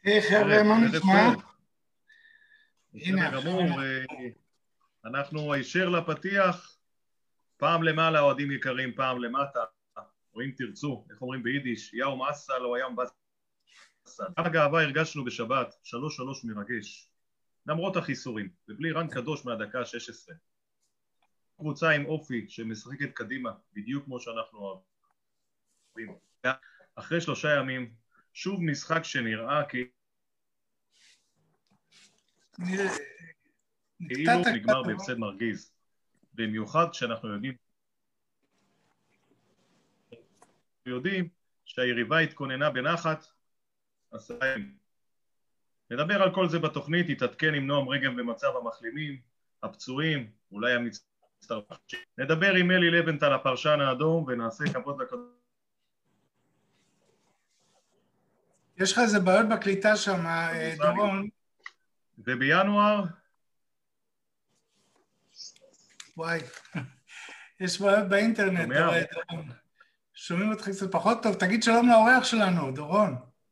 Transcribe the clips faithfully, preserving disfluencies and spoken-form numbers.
היי חבר'ה, מה נשמע? בסדר גמור, אנחנו הישר לפתיח, פעם למעלה אוהדים יקרים, פעם למטה, או אם תרצו, איך אומרים ביידיש, יאום אסל או יאום בסל. הגאווה הרגשנו בשבת, שלוש שלוש מרגש, למרות החיסורים, ובלי רן קדוש מהדקה ה-שש עשרה. קבוצה עם אופי שמשחקת קדימה, בדיוק כמו שאנחנו אוהבים. אחרי שלושה ימים, שוב משחק שנראה כי... כאילו נגמר בהפסד מרגיז, במיוחד שאנחנו יודעים יודעים שהיריבה התכוננה בנחת עשרה ימים. נדבר על כל זה בתוכנית, יתעדכן עם נועם רגב במצב המחלימים, הפצועים, אולי המצטרפים. נדבר עם אלי לבנטל הפרשן האדום ונעשה כבוד לכדור. יש לך איזה בעיות בקליטה שם, דורון? ובינואר וואי, יש בעיות באינטרנט, דורון. שומעים אותך קצת פחות טוב, תגיד שלום לאורח שלנו, דורון.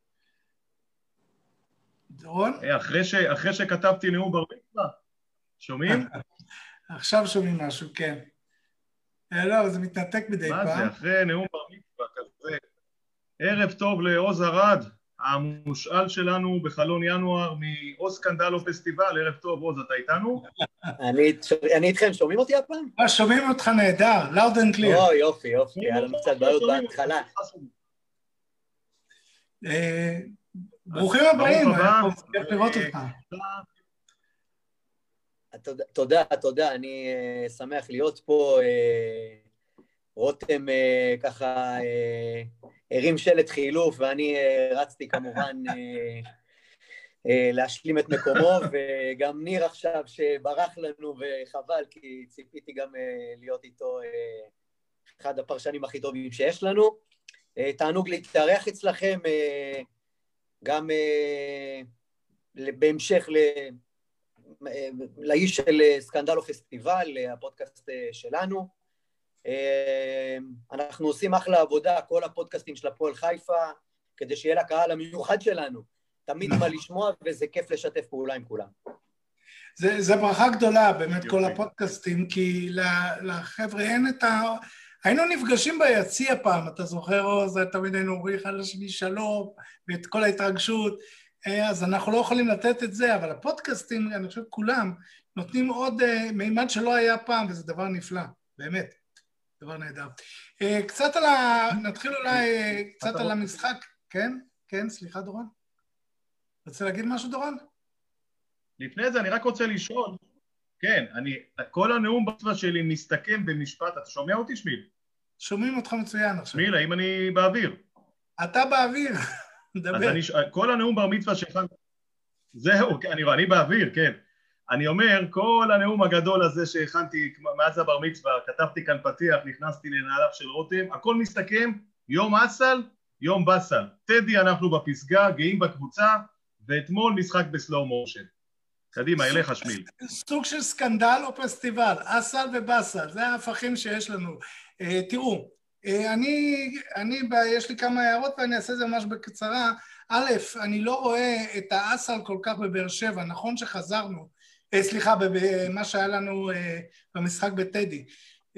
דורון? אחרי שכתבתי נאום בר מצווה, שומעים? עכשיו שומעים משהו, כן. לא, זה מתנתק מדי פעם. מה זה, אחרי נאום בר מצווה כזה. ערב טוב לעוז ארד, המושאל שלנו בחלון ינואר מעוז סקנדלו פסטיבל. ערב טוב, עוז, אתה איתנו? אני איתכם, שומעים אותי הפעם? לא, שומעים אותך נהדר, loud and clear. או, יופי, יופי, היה לנו קצת בעיות בהתחלה. ברוכים הבאים, כיף לראות אותך. תודה, תודה, אני שמח להיות פה. רותם ככה הרים שלט חילוף, ואני רצתי כמובן להשלים את מקומו, וגם ניר עכשיו שברח לנו וחבל, כי ציפיתי גם להיות איתו אחד הפרשנים הכי טובים שיש לנו. תענוג להתארח אצלכם, גם בהמשך לאיש של סקנדלו פסטיבל, הפודקאסט שלנו. אנחנו עושים אחלה עבודה, כל הפודקאסטים של הפועל חיפה, כדי שיהיה לקהל המיוחד שלנו. תמיד מה לשמוע, וזה כיף לשתף פעולה עם כולם. זה, זה ברכה גדולה, באמת, כל הפודקאסטים, כי לחבר'ה אין את ה... היינו נפגשים ביציע פעם, אתה זוכר, עוז, תמיד היינו אומרים אחד לשני שלום, ואת כל ההתרגשות, אז אנחנו לא יכולים לתת את זה, אבל הפודקאסטים, אני חושב, כולם נותנים עוד מימד שלא היה פעם, וזה דבר נפלא, באמת, דבר נהדר. קצת על ה... נתחיל אולי קצת על המשחק, כן? כן, סליחה, דורון? רוצה להגיד משהו, דורון? לפני זה אני רק רוצה לשאול, כן, אני, כל הנאום בצבא שלי מסתכם במשפט, אתה שומע אותי, שמיל? שומעים אותך מצוין עכשיו. שמיל, האם אני באוויר? אתה באוויר, מדבר. אז אני, כל הנאום בר מצווה שלך, זהו, אני, אני באוויר, כן. אני אומר, כל הנאום הגדול הזה שהכנתי מאז הבר מצווה, כתבתי כאן פתיח, נכנסתי לנעליו של רותם, הכל מסתכם, יום אסל, יום בסל. טדי אנחנו בפסגה, גאים בקבוצה, ואתמול משחק בסלואו מושן. קדימה, אליך שמיל. סוג של סקנדל או פסטיבל, אסל ובסל, זה ההפכים שיש לנו. תראו, אני, אני, יש לי כמה הערות ואני אעשה זה ממש בקצרה. א', אני לא רואה את האסל כל כך בבאר שבע, נכון שחזרנו, סליחה, במה שהיה לנו במשחק בטדי.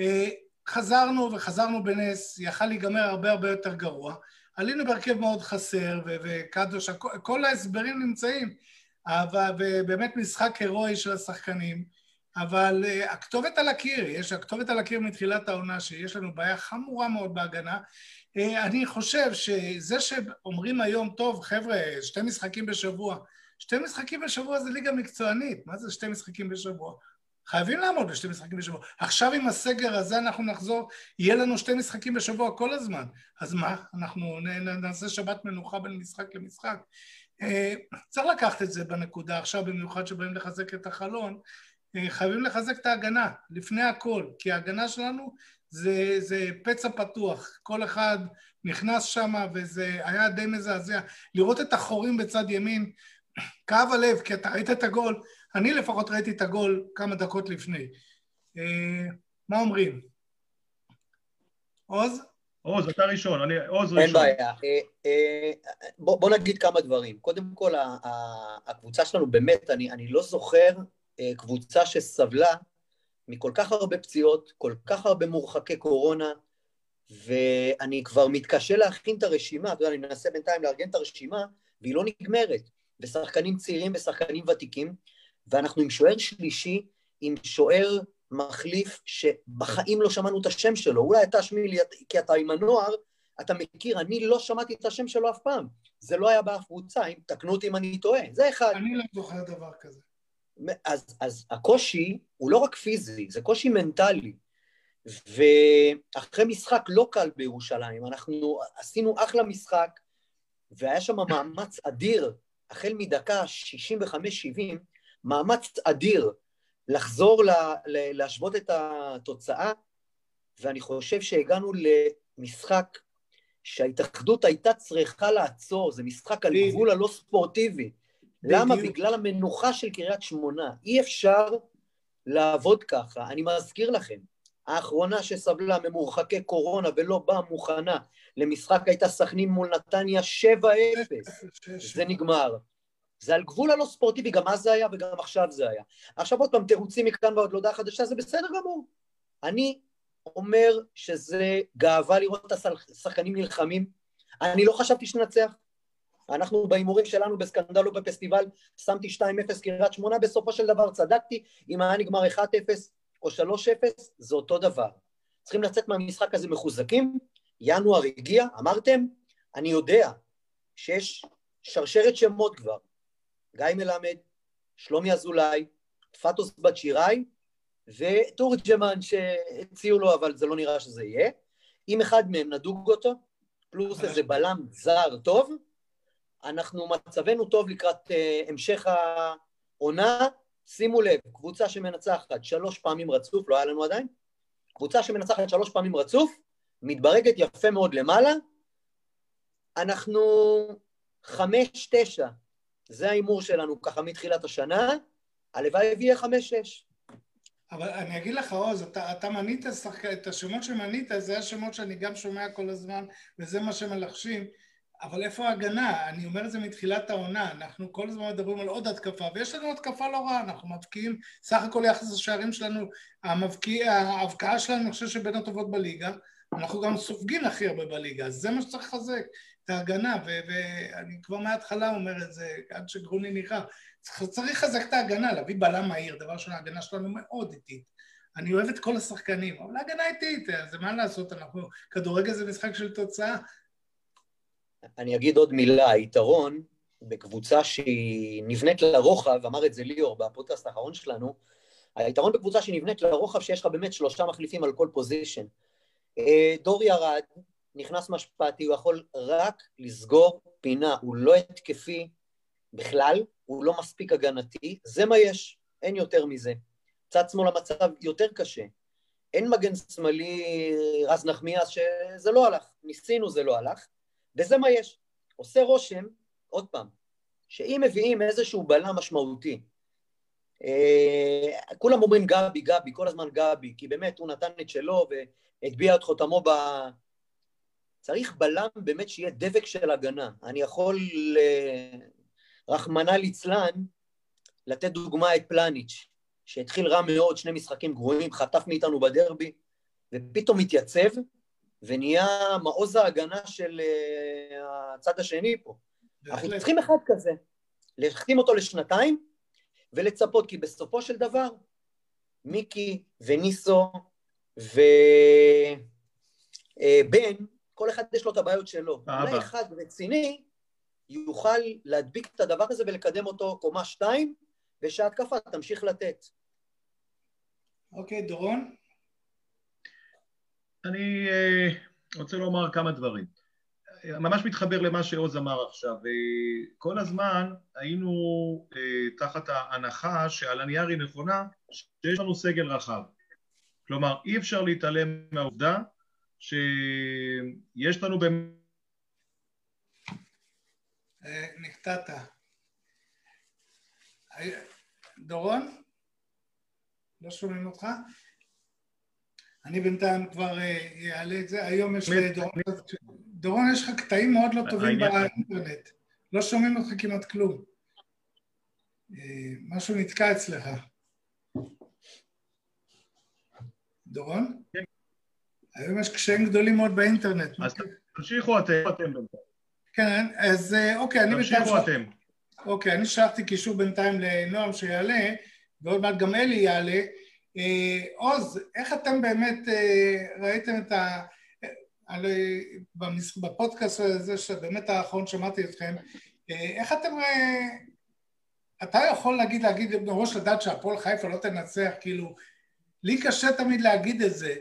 חזרנו וחזרנו בנס, יכל להיגמר הרבה הרבה יותר גרוע. עלינו בהרכב מאוד חסר וקדוש, כל ההסברים נמצאים, אבל באמת משחק הירואי של השחקנים, אבל הכתובת על הקיר, יש הכתובת על הקיר מתחילת העונה, שיש לנו בעיה חמורה מאוד בהגנה. אני חושב שזה שאומרים היום, טוב חבר'ה, שתי משחקים בשבוע, שתי משחקים בשבוע זה ליגה מקצוענית, מה זה שתי משחקים בשבוע? חייבים לעמוד בשתי משחקים בשבוע. עכשיו עם הסגר הזה אנחנו נחזור, יהיה לנו שתי משחקים בשבוע כל הזמן. אז מה? אנחנו נעשה שבת מנוחה בין משחק למשחק. צריך לקחת את זה בנקודה, עכשיו במיוחד שבאים לחזק את החלון, חייבים לחזק את ההגנה, לפני הכל, כי ההגנה שלנו זה, זה פצע פתוח, כל אחד נכנס שם וזה היה די מזעזע, לראות את החורים בצד ימין, כאב הלב, כי אתה ראית את הגול, אני לפחות ראיתי את הגול כמה דקות לפני. מה אומרים? עוז? עוז, אתה ראשון, אני עוז ראשון. אין בעיה. בוא נגיד כמה דברים. קודם כל, הקבוצה שלנו באמת, אני לא זוכר קבוצה שסבלה מכל כך הרבה פציעות, כל כך הרבה מורחקי קורונה, ואני כבר מתקשה להכין את הרשימה, אתה יודע, אני מנסה בינתיים לארגן את הרשימה, והיא לא נגמרת, ושחקנים צעירים ושחקנים ותיקים, ואנחנו עם שוער שלישי, עם שוער מחליף שבחיים לא שמענו את השם שלו, אולי אתה שמי לי, כי אתה עם הנוער, אתה מכיר, אני לא שמעתי את השם שלו אף פעם, זה לא היה באף קבוצה, תקנו אותי אם אני טועה, זה אחד. אני לא זוכר דבר כזה. אז, אז הקושי הוא לא רק פיזי, זה קושי מנטלי, ואחרי משחק לא קל בירושלים, אנחנו עשינו אחלה משחק, והיה שם מאמץ אדיר, החל מדקה שישים וחמש שבעים, מאמץ אדיר, לחזור לה, להשוות את התוצאה, ואני חושב שהגענו למשחק שההתאחדות הייתה צריכה לעצור, זה משחק על גבול הלא ספורטיבי. למה? בגלל המנוחה של קריית שמונה. אי אפשר לעבוד ככה. אני מזכיר לכם, האחרונה שסבלה ממורחקי קורונה ולא באה מוכנה למשחק הייתה סכנין מול נתניה שבע אפס. זה נגמר. זה על גבול הלא ספורטיבי, גם אז זה היה וגם עכשיו זה היה. עכשיו עוד פעם תירוצים מכאן ועוד להודעה חדשה, זה בסדר גמור. אני אומר שזה גאווה לראות את השחקנים נלחמים. אני לא חשבתי שנצח. אנחנו בהימורים שלנו בסקנדל ובפסטיבל, שמתי שתיים אפס קריית שמונה, בסופו של דבר צדקתי, אם היה נגמר אחת אפס או שלוש אפס, זה אותו דבר. צריכים לצאת מהמשחק הזה מחוזקים, ינואר הגיע, אמרתם, אני יודע שיש שרשרת שמות כבר, גיא מלמד, שלומי אזולאי, פטוס בת שיראי, וטורג'מן שהציעו לו, אבל זה לא נראה שזה יהיה. אם אחד מהם נדוג אותו, פלוס איזה בלם זר טוב, אנחנו מצבנו טוב לקראת uh, המשך העונה. שימו לב, קבוצה שמנצחת שלוש פעמים רצוף, לא היה לנו עדיין, קבוצה שמנצחת שלוש פעמים רצוף, מתברגת יפה מאוד למעלה, אנחנו חמש תשע, זה האימור שלנו ככה מתחילת השנה, הלוואי יהיה חמש שש. אבל אני אגיד לך עוז, אתה, אתה מנית את השמות שמנית, זה השמות שאני גם שומע כל הזמן, וזה מה שמלחשים, אבל איפה ההגנה? אני אומר את זה מתחילת העונה, אנחנו כל הזמן מדברים על עוד התקפה, ויש לנו התקפה לא רעה, אנחנו מבקיעים, סך הכל יחס השערים שלנו, המבקיע, ההבקעה שלנו, אני חושב שבין הטובות בליגה, אנחנו גם סופגים הכי הרבה בליגה, אז זה מה שצריך לחזק, את ההגנה, ואני כבר מההתחלה אומר את זה, עד שגרוני נראה, צריך, צריך לחזק את ההגנה, להביא בלם מהיר, דבר שונה, ההגנה שלנו מאוד איטית, אני אוהב את כל השחקנים, אבל ההגנה איטית, זה מה לעשות, אנחנו, כדורגל זה משחק של תוצאה, אני אגיד עוד מילה, היתרון בקבוצה שהיא נבנית לרוחב, אמר את זה ליאור בפודקאסט האחרון שלנו, היתרון בקבוצה שהיא נבנית לרוחב שיש לך באמת שלושה מחליפים על כל פוזישן. דור ירד, נכנס משפטי, הוא יכול רק לסגור פינה, הוא לא התקפי בכלל, הוא לא מספיק הגנתי, זה מה יש, אין יותר מזה. צד שמאל המצב יותר קשה. אין מגן שמאלי רז נחמיאס שזה לא הלך, ניסינו זה לא הלך, וזה מה יש. עושה רושם, עוד פעם, שאם מביאים איזשהו בלם משמעותי, אה, כולם אומרים גבי, גבי, כל הזמן גבי, כי באמת הוא נתן את שלו והטביע את חותמו ב... צריך בלם באמת שיהיה דבק של הגנה. אני יכול, רחמנא ליצלן, לתת דוגמה את פלניץ', שהתחיל רע מאוד, שני משחקים גרועים, חטף מאיתנו בדרבי, ופתאום התייצב, ונהיה מעוז ההגנה של uh, הצד השני פה. אנחנו צריכים אחד כזה, להחתים אותו לשנתיים, ולצפות, כי בסופו של דבר, מיקי וניסו ובן, uh, כל אחד יש לו את הבעיות שלו. אולי אחד רציני, יוכל להדביק את הדבר הזה, ולקדם אותו קומה שתיים, ושההתקפה תמשיך לתת. אוקיי, דורון? אני uh, רוצה לומר כמה דברים. ממש מתחבר למה שעוז אמר עכשיו. כל הזמן היינו uh, תחת ההנחה שעל הנייר היא נכונה, שיש לנו סגל רחב. כלומר, אי אפשר להתעלם מהעובדה שיש לנו באמת... נקטעת. דורון? לא שומעים אותך? אני בינתיים כבר אעלה את זה, היום יש לדורון, דורון יש לך קטעים מאוד לא טובים באינטרנט, לא שומעים אותך כמעט כלום, משהו נתקע אצלך. דורון? כן. היום יש קשיים גדולים מאוד באינטרנט. אז תמשיכו אתם. כן, אז אוקיי, אני בינתיים... תמשיכו אתם. אוקיי, אני שלחתי קישור בינתיים לנועם שיעלה, ועוד מעט גם אלי יעלה. עוז, איך אתם באמת ראיתם את ה... בפודקאסט הזה, שבאמת האחרון שמעתי אתכם, איך אתם... אתה יכול להגיד, להגיד בראש לדעת שהפועל חיפה לא תנצח, כאילו, לי קשה תמיד להגיד את זה,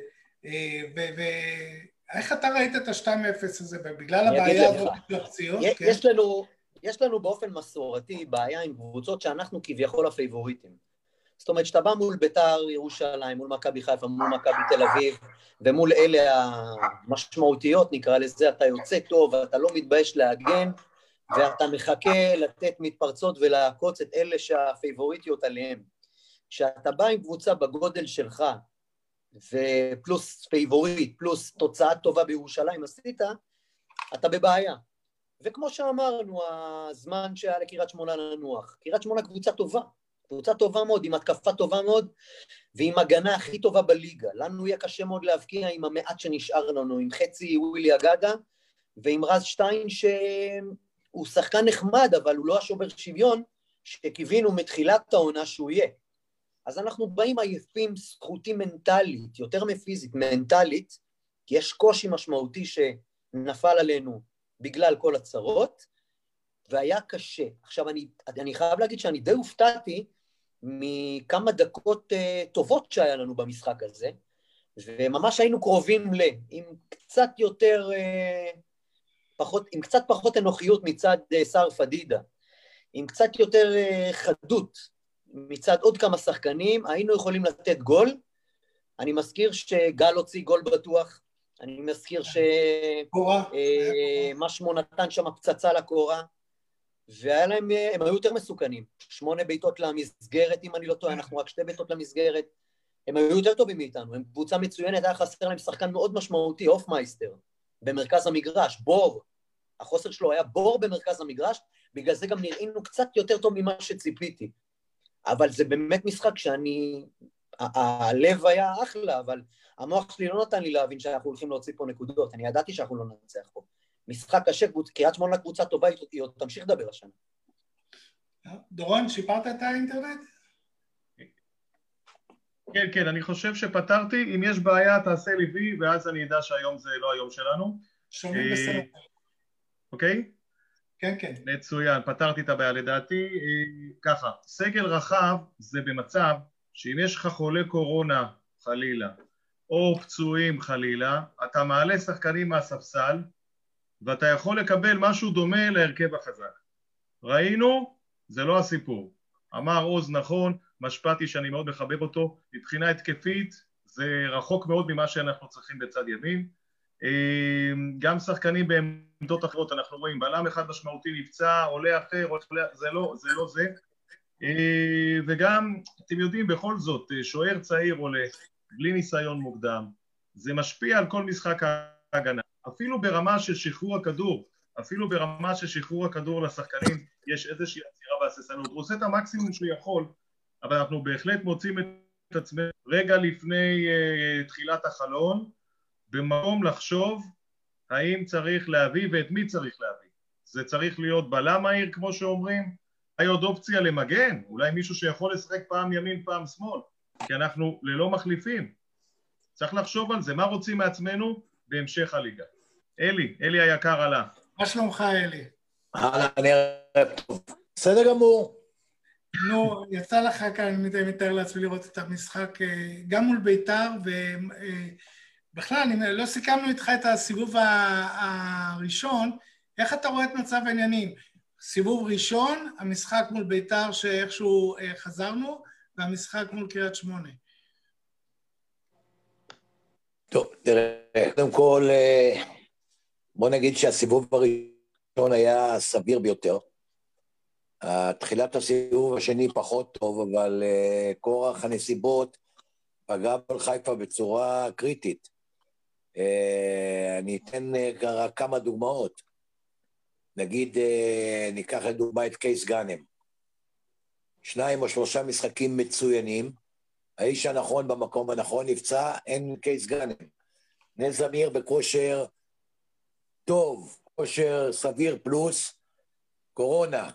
ואיך אתה ראית את ה-שתיים אפס הזה, בגלל הבעיה הזאת של הפציעות? יש לנו, יש לנו באופן מסורתי בעיה עם קבוצות שאנחנו כביכול הפייבוריטים. זאת אומרת, שאתה בא מול בית"ר ירושלים, מול מכבי חיפה, מול מכבי תל אביב, ומול אלה המשמעותיות, נקרא לזה, אתה יוצא טוב, אתה לא מתבייש להגן, ואתה מחכה לתת מתפרצות ולעקוץ את אלה שהפייבוריטיות עליהם. כשאתה בא עם קבוצה בגודל שלך, ופלוס פייבוריט, פלוס תוצאה טובה בירושלים עשית, אתה בבעיה. וכמו שאמרנו, הזמן שהיה לקריית שמונה לנוח, קריית שמונה קבוצה טובה, קבוצה טובה מאוד, עם התקפה טובה מאוד, ועם הגנה הכי טובה בליגה. לנו יהיה קשה מאוד להבקיע עם המעט שנשאר לנו, עם חצי ווילי אגדה, ועם רז שטיין שהוא שחקן נחמד, אבל הוא לא השובר שוויון, שקיווינו מתחילת העונה שהוא יהיה. אז אנחנו באים עייפים זכותים מנטלית, יותר מפיזית, מנטלית, כי יש קושי משמעותי שנפל עלינו בגלל כל הצרות, והיה קשה. עכשיו, אני, אני חייב להגיד שאני די הופתעתי מכמה דקות uh, טובות שהיה לנו במשחק הזה, וממש היינו קרובים ל, עם קצת יותר, uh, פחות, עם קצת פחות אנוכיות מצד uh, שר פדידה, עם קצת יותר uh, חדות, מצד עוד כמה שחקנים, היינו יכולים לתת גול. אני מזכיר שגל הוציא גול בטוח, אני מזכיר שמה שמו נתן שם פצצה לקורה, והיה להם, הם היו יותר מסוכנים, שמונה ביתות למסגרת, אם אני לא טועה, אנחנו רק שתי ביתות למסגרת, הם היו יותר טובים מאיתנו, הם קבוצה מצוינת, היה חסר להם שחקן מאוד משמעותי, אופמייסטר, במרכז המגרש, בור, החוסר שלו היה בור במרכז המגרש, בגלל זה גם נראינו קצת יותר טוב ממה שציפיתי. אבל זה באמת משחק שאני, הלב היה אחלה, אבל המוח שלי לא נתן לי להבין שאנחנו הולכים להוציא פה נקודות, אני ידעתי שאנחנו לא ננצח פה. משחק קשה, קריית שמונה קבוצה טובה, היא עוד תמשיך לדבר השנה. דורון, שיפרת את האינטרנט? כן, כן, אני חושב שפתרתי, אם יש בעיה תעשה לי וי, ואז אני אדע שהיום זה לא היום שלנו. שומעים בסדר. אוקיי? כן, כן. מצוין, פתרתי את הבעיה לדעתי. ככה, סגל רחב זה במצב שאם יש לך חולה קורונה חלילה, או פצועים חלילה, אתה מעלה שחקנים מהספסל, ואתה יכול לקבל משהו דומה להרכב החזק. ראינו, זה לא הסיפור. אמר עוז נכון, משפטי שאני מאוד מחבב אותו, מבחינה התקפית, זה רחוק מאוד ממה שאנחנו צריכים בצד ימין. גם שחקנים בעמדות אחרות, אנחנו רואים, בלם אחד משמעותי נפצע, עולה אחר, זה לא זה. לא זה. וגם, אתם יודעים, בכל זאת, שוער צעיר עולה, בלי ניסיון מוקדם, זה משפיע על כל משחק ההגנה. אפילו ברמה של שחרור הכדור, אפילו ברמה של שחרור הכדור לשחקנים, יש איזושהי עצירה והססנות. הוא עושה את המקסימום שהוא יכול, אבל אנחנו בהחלט מוצאים את עצמנו רגע לפני uh, תחילת החלון, במקום לחשוב האם צריך להביא ואת מי צריך להביא. זה צריך להיות בלם מהיר, כמו שאומרים, hay עוד אופציה למגן, אולי מישהו שיכול לשחק פעם ימין פעם שמאל, כי אנחנו ללא מחליפים. צריך לחשוב על זה, מה רוצים מעצמנו בהמשך הליגה. אלי, אלי היקר עלה. מה שלומך אלי? הלאה, אני ערב טוב. בסדר גמור. נו, יצא לך כאן, אני מתאר לעצמי לראות את המשחק גם מול בית"ר, ובכלל, לא סיכמנו איתך את הסיבוב הראשון, איך אתה רואה את מצב העניינים? סיבוב ראשון, המשחק מול בית"ר שאיכשהו חזרנו, והמשחק מול קריית שמונה. טוב, תראה, קודם כל, בוא נגיד שהסיבוב הראשון היה סביר ביותר. תחילת הסיבוב השני פחות טוב, אבל כורח הנסיבות פגע בהפועל חיפה בצורה קריטית. אני אתן רק כמה דוגמאות. נגיד, ניקח לדוגמה את קייס גאנם. שניים או שלושה משחקים מצוינים, האיש הנכון במקום הנכון נפצע, אין קייס גאנם. נס זמיר בכושר טוב, כושר סביר פלוס, קורונה.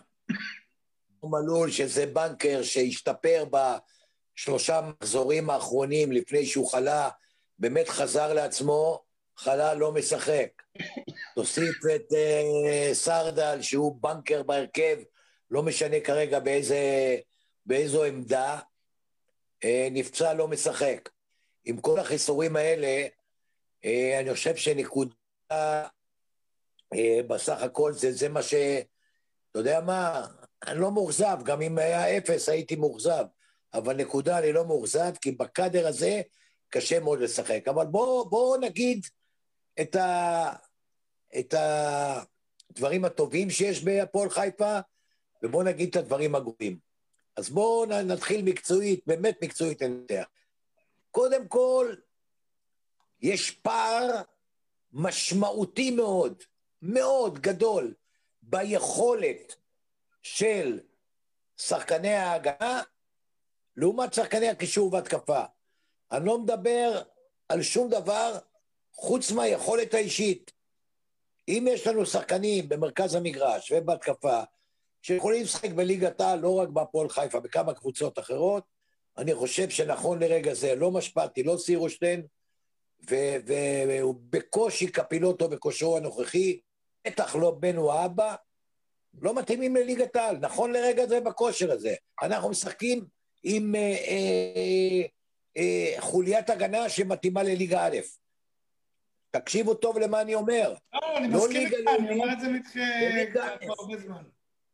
מלול שזה בנקר שהשתפר בשלושה מחזורים האחרונים לפני שהוא חלה, באמת חזר לעצמו, חלה לא משחק. תוסיף את uh, סרדל שהוא בנקר בהרכב, לא משנה כרגע באיזה, באיזו עמדה, uh, נפצע לא משחק. עם כל החיסורים האלה, uh, אני חושב שנקודה uh, בסך הכל זה, זה מה ש... אתה יודע מה? אני לא מורזב, גם אם היה אפס הייתי מורזב, אבל נקודה אני לא מורזב, כי בקדר הזה קשה מאוד לשחק. אבל בואו בוא נגיד את, ה, את הדברים הטובים שיש בהפועל חיפה, ובואו נגיד את הדברים הגרועים. אז בואו נתחיל מקצועית, באמת מקצועית נתח. קודם כל, יש פער משמעותי מאוד, מאוד גדול, ביכולת של שחקני ההגנה, לעומת שחקני הקישור והתקפה. אני לא מדבר על שום דבר חוץ מהיכולת האישית. אם יש לנו שחקנים במרכז המגרש ובהתקפה, שיכולים לשחק בליגת העל, לא רק בהפועל חיפה, בכמה קבוצות אחרות, אני חושב שנכון לרגע זה, לא משפטי, לא סירושטיין, והוא בקושי קפילוטו בכושרו הנוכחי, בטח לא בנו האבא, לא מתאימים לליגת העל, נכון לרגע זה בכושר הזה. אנחנו משחקים עם אה, אה, אה, חוליית הגנה שמתאימה לליגה א'. תקשיבו טוב למה אני אומר. לא, אני מסכים איתך, אני אומר את זה מתחיל הרבה זמן.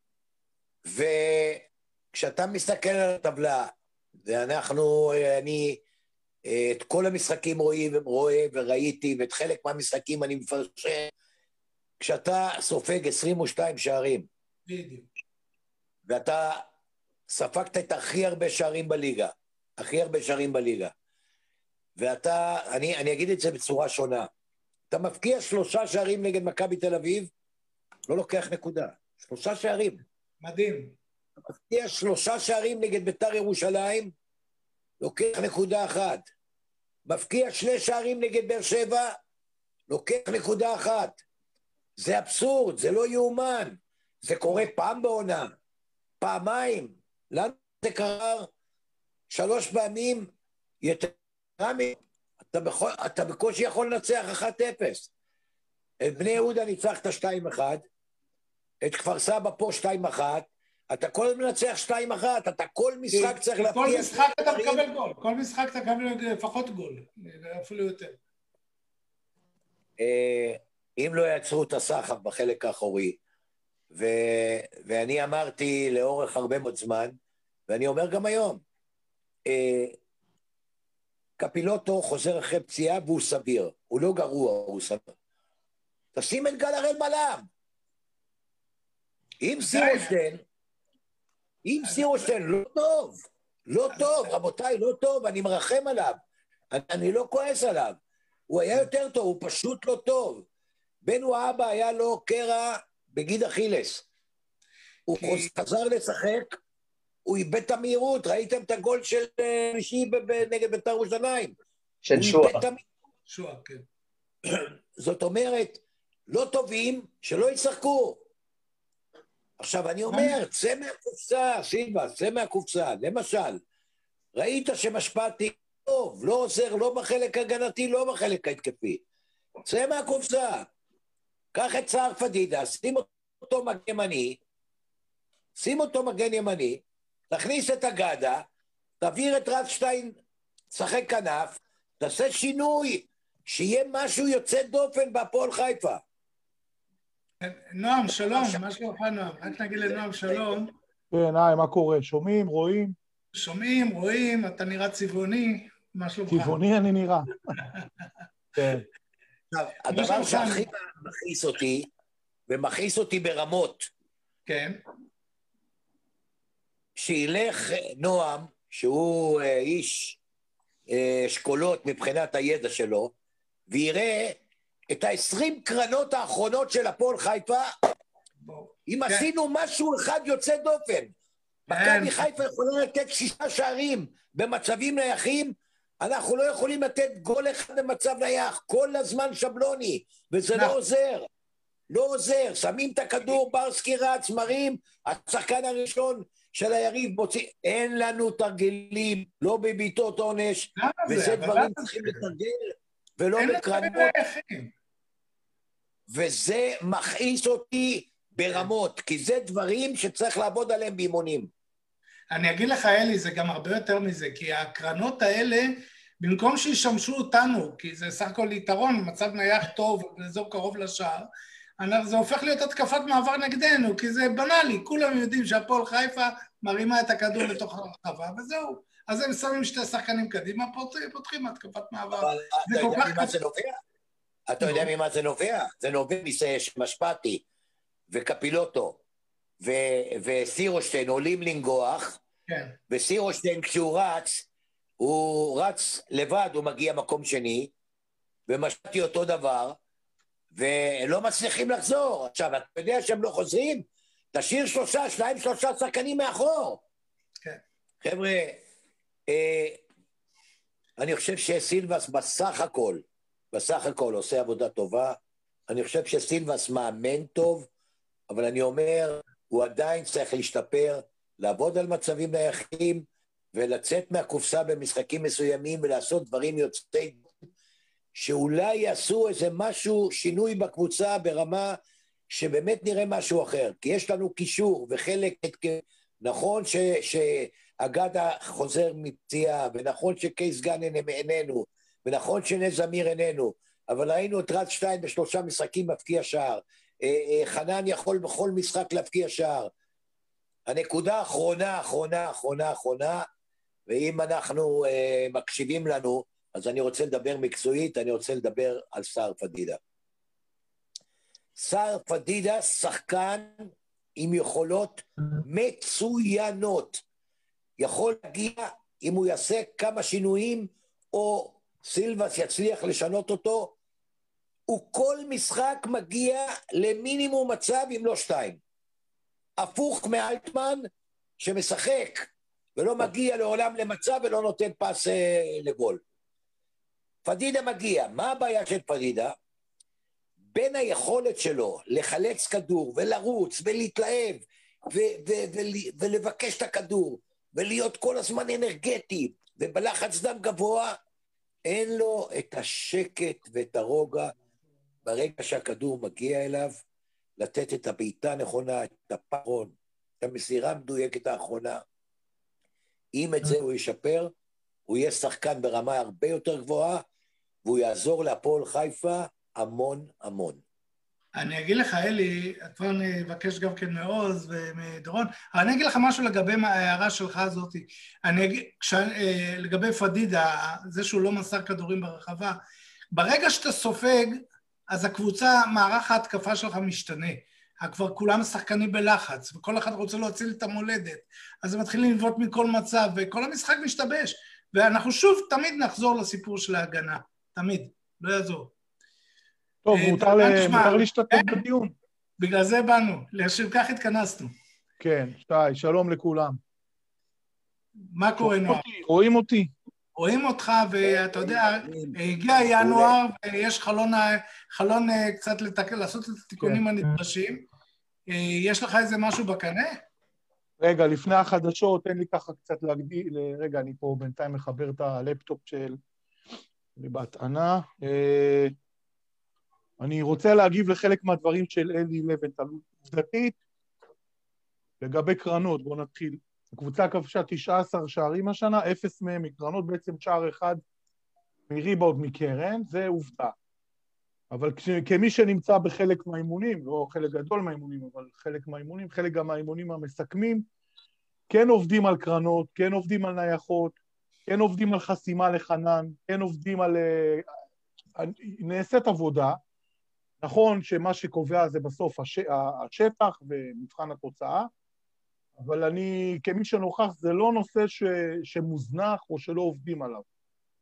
וכשאתה מסתכל על הטבלה, ואנחנו, אני, את כל המשחקים רואים ורואה וראיתי, ואת חלק מהמשחקים אני מפרשן, כשאתה סופג עשרים ושתיים שערים, בדיוק. ואתה ספגת את הכי הרבה שערים בליגה, הכי הרבה שערים בליגה, ואתה, אני, אני אגיד את זה בצורה שונה, אתה מפקיע שלושה שערים נגד מכבי תל אביב, לא לוקח נקודה, שלושה שערים. מדהים. אתה מפקיע שלושה שערים נגד בית"ר ירושלים, לוקח נקודה אחת. מפקיע שני שערים נגד באר שבע, לוקח נקודה אחת. זה אבסורד, זה לא יאומן. זה קורה פעם בעונה, פעמיים. לנו זה קרה שלוש פעמים, יותר רמי, אתה, בכל, אתה בקושי יכול לנצח אחת אפס. את בני יהודה ניצחת שתיים אחת, את כפר סבא פה שתיים אחת, אתה כל מנצח שתיים אחת, אתה כל משחק צריך להפקיע... כל משחק אתה מקבל גול, כל משחק אתה מקבל לפחות גול, אפילו יותר. אם לא יעצרו את הסחף בחלק האחורי, ו... ואני אמרתי לאורך הרבה מאוד זמן, ואני אומר גם היום, קפילוטו חוזר אחרי פציעה והוא סביר, הוא לא גרוע, הוא סביר. תשים את גל הראל בלם. אם סירושטיין, אם סירושטיין לא טוב, לא טוב, רבותיי, לא טוב, אני מרחם עליו, אני, אני לא כועס עליו, הוא היה יותר טוב, הוא פשוט לא טוב. בנו האבא היה לו קרע בגיד אכילס, הוא חזר לשחק, הוא איבד את המהירות, ראיתם את הגול של שלישי נגד בית"ר ירושלים? של שועה. שועה, כן. זאת אומרת, לא טובים שלא ישחקו. עכשיו אני אומר, צא מהקופסה, סילבה, צא מהקופסה, למשל, ראית שמשפטי טוב, לא עוזר, לא בחלק הגנתי, לא בחלק ההתקפי. צא מהקופסה, קח את סער פדידה, שים אותו מגן ימני, שים אותו מגן ימני, תכניס את הגדה, תעביר את רצ'טיין, שחק כנף, תעשה שינוי, שיהיה משהו יוצא דופן בהפועל חיפה. נועם, שלום, מה שלומך נועם? רק נגיד לנועם שלום. כן, היי, מה קורה? שומעים, רואים? שומעים, רואים, אתה נראה צבעוני, מה שלומך? צבעוני אני נראה. כן. הדבר שהכי מכעיס אותי, ומכעיס אותי ברמות, כן. שילך נועם, שהוא איש אשכולות מבחינת הידע שלו, ויראה את ה-עשרים קרנות האחרונות של הפועל חיפה, אם כן. עשינו משהו אחד יוצא דופן. מכבי חיפה יכולה לתת שישה שערים במצבים נייחים, אנחנו לא יכולים לתת גול אחד במצב נייח, כל הזמן שבלוני, וזה לא עוזר. לא עוזר, שמים את הכדור, ברסקי רץ, מרים, השחקן הראשון של היריב מוציא, אין לנו תרגילים, לא בביתות עונש, וזה דברים צריכים לתרגל, ולא בקרנות, וזה מכעיס אותי ברמות, כי זה דברים שצריך לעבוד עליהם באימונים. אני אגיד לך, אלי, זה גם הרבה יותר מזה, כי הקרנות האלה, במקום שישמשו אותנו, כי זה סך הכל יתרון, מצב נייח טוב, באזור קרוב לשער, זה הופך להיות התקפת מעבר נגדנו, כי זה בנאלי, כולם יודעים שהפועל חיפה מרימה את הכדור לתוך הרחבה, וזהו. אז הם שמים שתי שחקנים קדימה, פותחים התקפת מעבר. אבל אתה יודע ממה זה נובע? אתה יודע ממה זה נובע? זה נובע מזה שמשפטי וקפילוטו וסירושטיין עולים לנגוח, וסירושטיין כשהוא רץ, הוא רץ לבד, הוא מגיע מקום שני, ומשפטי אותו דבר, ולא מצליחים לחזור. עכשיו, אתה יודע שהם לא חוזרים? תשאיר שלושה, שניים, שלושה שחקנים מאחור. כן. חבר'ה, אה, אני חושב שסילבס בסך הכל, בסך הכל עושה עבודה טובה. אני חושב שסילבס מאמן טוב, אבל אני אומר, הוא עדיין צריך להשתפר, לעבוד על מצבים נייחים, ולצאת מהקופסה במשחקים מסוימים, ולעשות דברים יוצאי שאולי יעשו איזה משהו, שינוי בקבוצה ברמה שבאמת נראה משהו אחר. כי יש לנו קישור וחלק, נכון ש, שאגדה חוזר מפציעה, ונכון שקייס גאנן איננו, ונכון שנס זמיר איננו, אבל ראינו את רץ שתיים בשלושה משחקים מפקיע שער. חנן יכול בכל משחק להפקיע שער. הנקודה האחרונה, האחרונה, האחרונה, האחרונה, ואם אנחנו אה, מקשיבים לנו, אז אני רוצה לדבר מקצועית, אני רוצה לדבר על סער פדידה. סער פדידה שחקן עם יכולות מצוינות. יכול להגיע, אם הוא יעשה כמה שינויים, או סילבס יצליח לשנות אותו, הוא כל משחק מגיע למינימום מצב אם לא שתיים. הפוך מאלטמן שמשחק ולא מגיע לעולם למצב ולא נותן פס לגול. פדידה מגיע. מה הבעיה של פדידה? בין היכולת שלו לחלץ כדור ולרוץ ולהתלהב ו- ו- ו- ולבקש את הכדור ולהיות כל הזמן אנרגטי ובלחץ דם גבוה, אין לו את השקט ואת הרוגע ברגע שהכדור מגיע אליו, לתת את הבעיטה הנכונה, את הפרון, את המסירה המדויקת האחרונה. אם את זה הוא ישפר, הוא יהיה שחקן ברמה הרבה יותר גבוהה, והוא יעזור להפועל חיפה המון המון. אני אגיד לך, אלי, כבר אני אבקש גם כן מעוז ומדורון, אבל אני אגיד לך משהו לגבי ההערה שלך הזאת. אני אגיד, כש, לגבי פדידה, זה שהוא לא מסר כדורים ברחבה, ברגע שאתה סופג, אז הקבוצה, מערך ההתקפה שלך משתנה. כבר כולם שחקנים בלחץ, וכל אחד רוצה להציל את המולדת. אז הם מתחילים לבעוט מכל מצב, וכל המשחק משתבש. ואנחנו שוב תמיד נחזור לסיפור של ההגנה. תמיד. לא יעזור. טוב, מותר להשתתף בדיון. בגלל זה באנו. לשם כך התכנסנו. כן, שי, שלום לכולם. מה קורה, נוער? רואים אותי. רואים אותך, ואתה יודע, הגיע ינואר, ויש חלון, חלון קצת לעשות את התיקונים הנדרשים. יש לך איזה משהו בקנה? רגע, לפני החדשות, תן לי ככה קצת להגדיל, רגע, אני פה בינתיים מחבר את הלפטופ של בהטענה. אני רוצה להגיב לחלק מהדברים של אלי לבנטל. עובדתית, לגבי קרנות, בואו נתחיל. הקבוצה כבשה תשעה עשר שערים השנה, אפס מהם מקרנות, בעצם שער אחד מריבאונד מקרן, זה עובדה. אבל כמי שנמצא בחלק מהאימונים, לא חלק גדול מהאימונים, אבל חלק מהאימונים, חלק גם מהאימונים המסכמים, כן עובדים על קרנות, כן עובדים על נייחות, כן עובדים על חסימה לחנן, כן עובדים על... נעשית עבודה. נכון שמה שקובע זה בסוף הש... השטח ומבחן התוצאה, אבל אני, כמי שנוכח, זה לא נושא ש... שמוזנח או שלא עובדים עליו.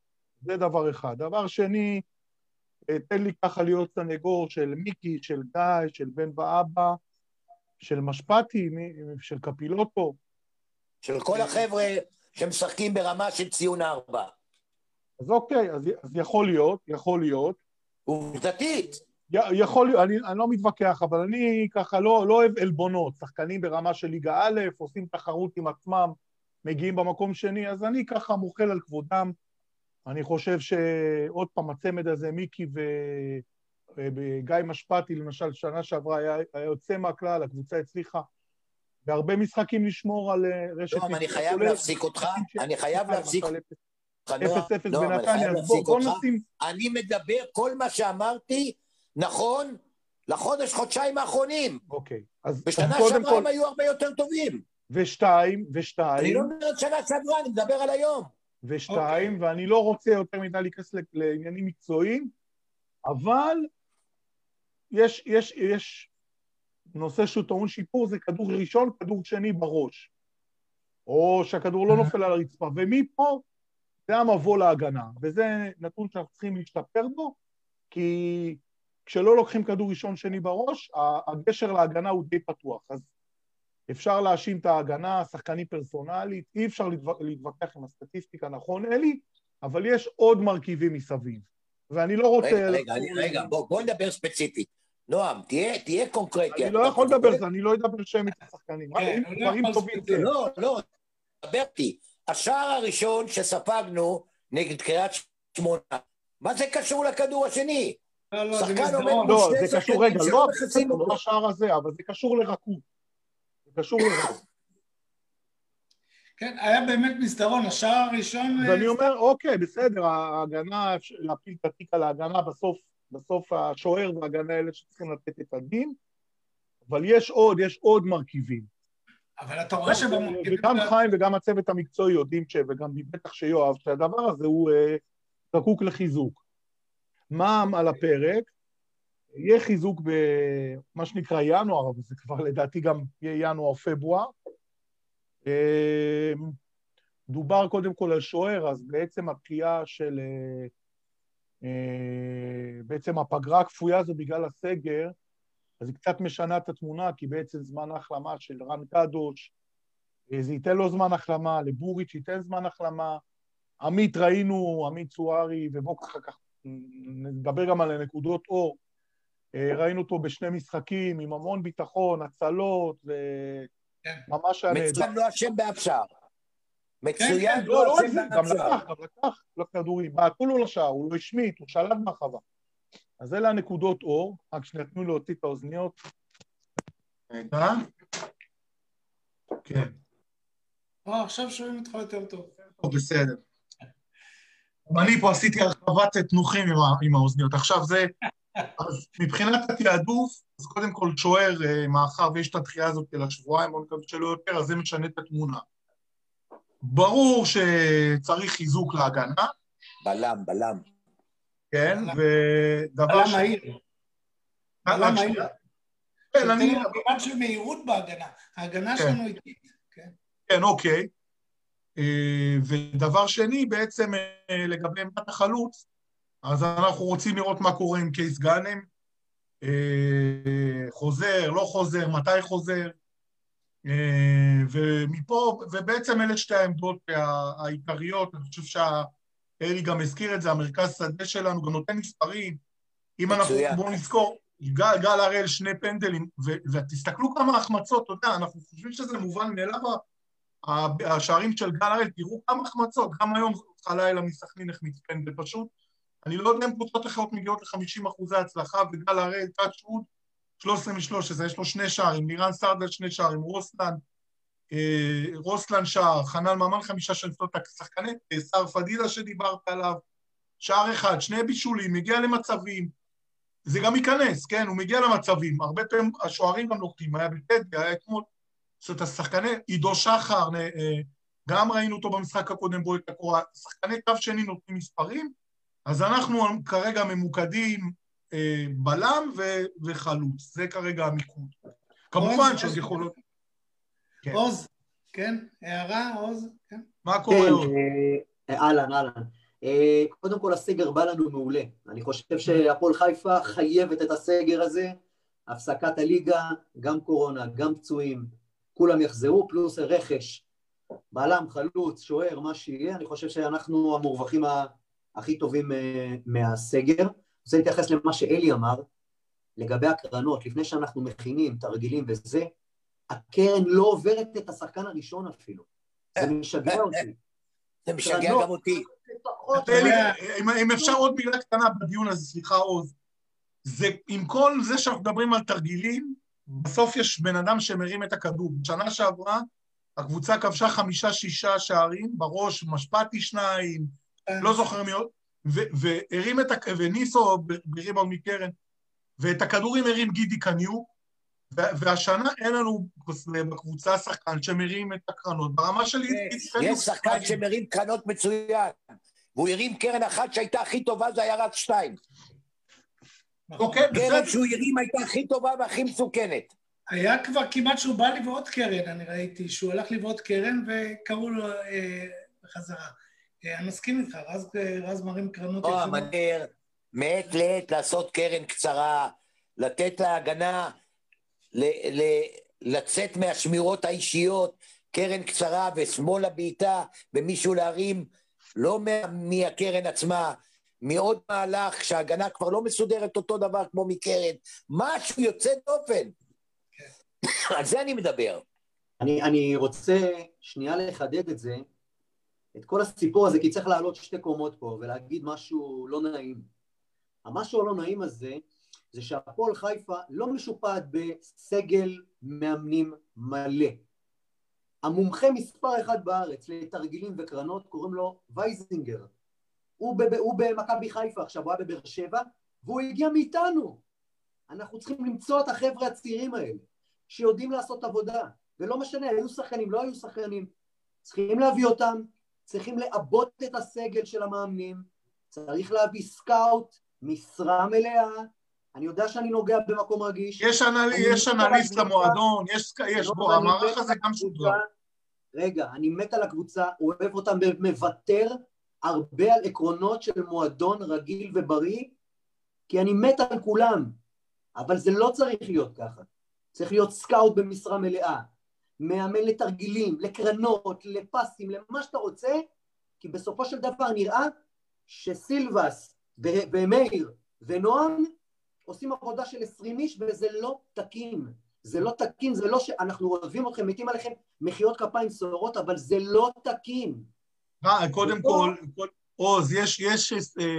זה דבר אחד. דבר שני, תן לי ככה להיות סנגור של מיקי, של גיא, של בן ואבא, של משפטי, של קפילוטו. של כל החבר'ה שמשחקים ברמה של ציון ארבע. אז אוקיי, אז, אז יכול להיות, יכול להיות. עובדתית. יכול להיות, אני, אני לא מתווכח, אבל אני ככה לא, לא אוהב אלבונות, שחקנים ברמה של ליגה א', עושים תחרות עם עצמם, מגיעים במקום שני, אז אני ככה מוכל על כבודם. אני חושב שעוד פעם, הצמד הזה, מיקי וגיא משפטי, למשל, שנה שעברה היה, היה יוצא מהכלל, הקבוצה הצליחה בהרבה משחקים לשמור על רשת... לא, אני חייב להפסיק אותך, אני חייב להפסיק אותך. אפס אפס בנתניה, אז בוא נשים... אני מדבר, כל מה שאמרתי, נכון, לחודש, חודשיים האחרונים. אוקיי. אז בשנה שעברה הם היו הרבה יותר טובים. ושתיים, ושתיים... אני לא מדבר על שנה שעברה, אני מדבר על היום. ושתיים, ואני לא רוצה יותר מדי להיכנס לעניינים מקצועיים, אבל יש, יש, יש נושא שהוא טעון שיפור, זה כדור ראשון, כדור שני בראש. או שהכדור לא נופל על הרצפה, ומפה זה המבוא להגנה, וזה נתון שאנחנו צריכים להשתפר בו, כי כשלא לוקחים כדור ראשון שני בראש, הגשר להגנה הוא די פתוח, אז אפשר להאשים את ההגנה, שחקנים פרסונלית, אי אפשר להתווכח עם הסטטיסטיקה, נכון אלי, אבל יש עוד מרכיבים מסביב, ואני לא רוצה... רגע, רגע, אני, רגע בוא, בוא נדבר ספציפית. נועם, תהיה, תהיה קונקרטי. אני לא יכול לדבר על זה, אני לא אדבר שם את השחקנים. דברים טובים. לא, לא, דברתי. השער הראשון שספגנו נגד קריית שמונה, מה זה קשור לכדור השני? לא, לא, לא, זה קשור, רגע, לא השער הזה, אבל זה קשור לרכות. זה קשור לרכות. כן, היה באמת מסדרון, השער הראשון... ואני אומר, אוקיי, בסדר, ההגנה, להפיל את התיק על ההגנה, בסוף, בסוף השוער וההגנה האלה שצריכים לתת את הדין, אבל יש עוד, יש עוד מרכיבים. אבל אתה רואה שבמרכיבים... וגם חיים וגם הצוות המקצועי יודעים, וגם בטח שיואב, שהדבר הזה הוא זקוק לחיזוק. מה על הפרק? יהיה חיזוק במה שנקרא ינואר, אבל זה כבר לדעתי גם יהיה ינואר-פברואר. דובר קודם כל על שוער, אז בעצם הפקיעה של... בעצם הפגרה הכפויה הזו בגלל הסגר, אז היא קצת משנה את התמונה, כי בעצם זמן ההחלמה של רן קדוש, זה ייתן לו זמן החלמה, לבוריץ' ייתן זמן החלמה, עמית ראינו, עמית צוארי, ובואו ככה ככה, נדבר גם על הנקודות אור, ראינו אותו בשני משחקים, עם המון ביטחון, הצלות, וממש... מצוין לא אשם באף שער. מצוין לא אשם באף שער. גם לקח, גם לקח לכדורים, בעטו לו לשער, הוא לא השמיט, הוא שלט מהחווה. אז אלה הנקודות אור, רק שנתנו להוציא את האוזניות. רגע. כן. או, עכשיו שומעים אותך יותר טוב. טוב, בסדר. אני פה עשיתי הרחבת תנוחים עם האוזניות. עכשיו זה, אז מבחינת התיעדוף, אז קודם כל שוער, מאחר ויש את הדחייה הזאת לשבועיים, בוא נקווה שלא יותר, אז זה משנה את התמונה. ברור שצריך חיזוק להגנה. בלם, בלם. כן, ודבר ש... בלם מהיר. בלם מהיר. שתן לנו כמעט של מהירות בהגנה. ההגנה שלנו איטית. כן, אוקיי. ודבר שני, בעצם לגבי עמדת החלוץ, אז אנחנו רוצים לראות מה קורה עם קייס גאנם. חוזר, לא חוזר, מתי חוזר. ומפה, ובעצם אלה שתי העמדות העיקריות, אני חושב שה... אלי גם הזכיר את זה, המרכז שדה שלנו, גם נותן מספרים. אם אנחנו, בואו נזכור, גל, גל הראל שני פנדלים, ותסתכלו כמה החמצות, אתה יודע, אנחנו חושבים שזה מובן מאליו, השערים של גל הראל, תראו כמה החמצות, גם היום חלילה מסכנין החמיץ פנדל פשוט. אני לא יודע אם קבוצות אחרות מגיעות ל-חמישים אחוזי הצלחה, וגל הראל, טאצ'ווד, שלוש עשרה משלוש עשרה, יש לו שני שערים, לירן סרדל שני שערים, רוסלן, רוסלן שער, חנן ממן חמישה שנפתות השחקני, שר פדידה שדיברת עליו, שער אחד, שני בישולים, מגיע למצבים, זה גם ייכנס, כן, הוא מגיע למצבים, הרבה פעמים השוערים גם נוקטים, היה בטדי, היה אתמול, זאת אומרת, השחקני, עידו שחר, גם ראינו אותו במשחק הקודם בו את הקורה, שחקני קו שני נותנים מספרים, אז אנחנו כרגע ממוקדים בלם וחלוץ, זה כרגע המיקוד. כמובן שזה יכולות... עוז, כן? הערה, עוז, כן? מה קורה עוד? אהלן, אהלן. קודם כל הסגר בא לנו מעולה, אני חושב שהפועל חיפה חייבת את הסגר הזה, הפסקת הליגה, גם קורונה, גם פצועים, כולם יחזרו, פלוס רכש, בעלם, חלוץ, שוער, מה שיהיה, אני חושב שאנחנו המורווחים הכי טובים מהסגר. אני רוצה להתייחס למה שאלי אמר, לגבי הקרנות, לפני שאנחנו מכינים, תרגילים וזה, הקרן לא עוברת את השחקן הראשון אפילו, זה משגע אותי. זה משגע גם אותי. אם אפשר עוד מילה קטנה בדיון הזה, סליחה עוז, זה עם כל זה שאנחנו מדברים על תרגילים, בסוף יש בן אדם שמרים את הכדור. בשנה שעברה, הקבוצה כבשה חמישה, שישה שערים, בראש משפטי שניים, לא זוכר מי עוד, והרים את, וניסו בריבאונד מקרן, ואת הכדורים הרים גידי קניוק, והשנה אין לנו בקבוצה שחקן שמרים את הקרנות, ברמה של גידי קניוק. יש שחקן שמרים קרנות מצוין, והוא הרים קרן אחת שהייתה הכי טובה, זה היה רק שתיים. קרן שהוא הרים הייתה הכי טובה והכי מסוכנת. היה כבר כמעט שהוא בא לבעוד קרן, אני ראיתי, שהוא הלך לבעוד קרן וקראו לו בחזרה. אני מסכים איתך, רז מרים קרנות. או, המנהר, מעת לעת לעשות קרן קצרה, לתת להגנה, לצאת מהשמירות האישיות, קרן קצרה ושמאלה בעיטה, ומישהו להרים, לא מהקרן עצמה, מעוד מהלך שההגנה כבר לא מסודרת אותו דבר כמו מקרן, משהו יוצא דופן. על זה אני מדבר. אני, אני רוצה שנייה לחדד את זה, את כל הסיפור הזה, כי צריך לעלות שתי קומות פה ולהגיד משהו לא נעים. המשהו הלא נעים הזה, זה שהפועל חיפה לא משופעת בסגל מאמנים מלא. המומחה מספר אחד בארץ לתרגילים וקרנות קוראים לו וייזינגר. הוא, בב, הוא במכבי חיפה עכשיו, הוא היה בבאר שבע, והוא הגיע מאיתנו. אנחנו צריכים למצוא את החבר'ה הצעירים האלה, שיודעים לעשות עבודה, ולא משנה, היו שחקנים, לא היו שחקנים, צריכים להביא אותם, צריכים לעבוד את הסגל של המאמנים, צריך להביא סקאוט, משרה מלאה, אני יודע שאני נוגע במקום רגיש. יש, אנל... יש אנליסט למועדון, יש, יש בו, המערך הזה גם שודרה. רגע, אני מת על הקבוצה, אוהב אותם ומוותר הרבה על עקרונות של מועדון רגיל ובריא, כי אני מת על כולם, אבל זה לא צריך להיות ככה. צריך להיות סקאוט במשרה מלאה, מאמן לתרגילים, לקרנות, לפסים, למה שאתה רוצה, כי בסופו של דבר נראה שסילבס ומאיר ונועם עושים עבודה של עשרים איש, וזה לא תקין. זה לא תקין, זה לא שאנחנו אוהבים אתכם, מתים עליכם מחיאות כפיים סוערות, אבל זה לא תקין. קודם כל, עוז, יש, יש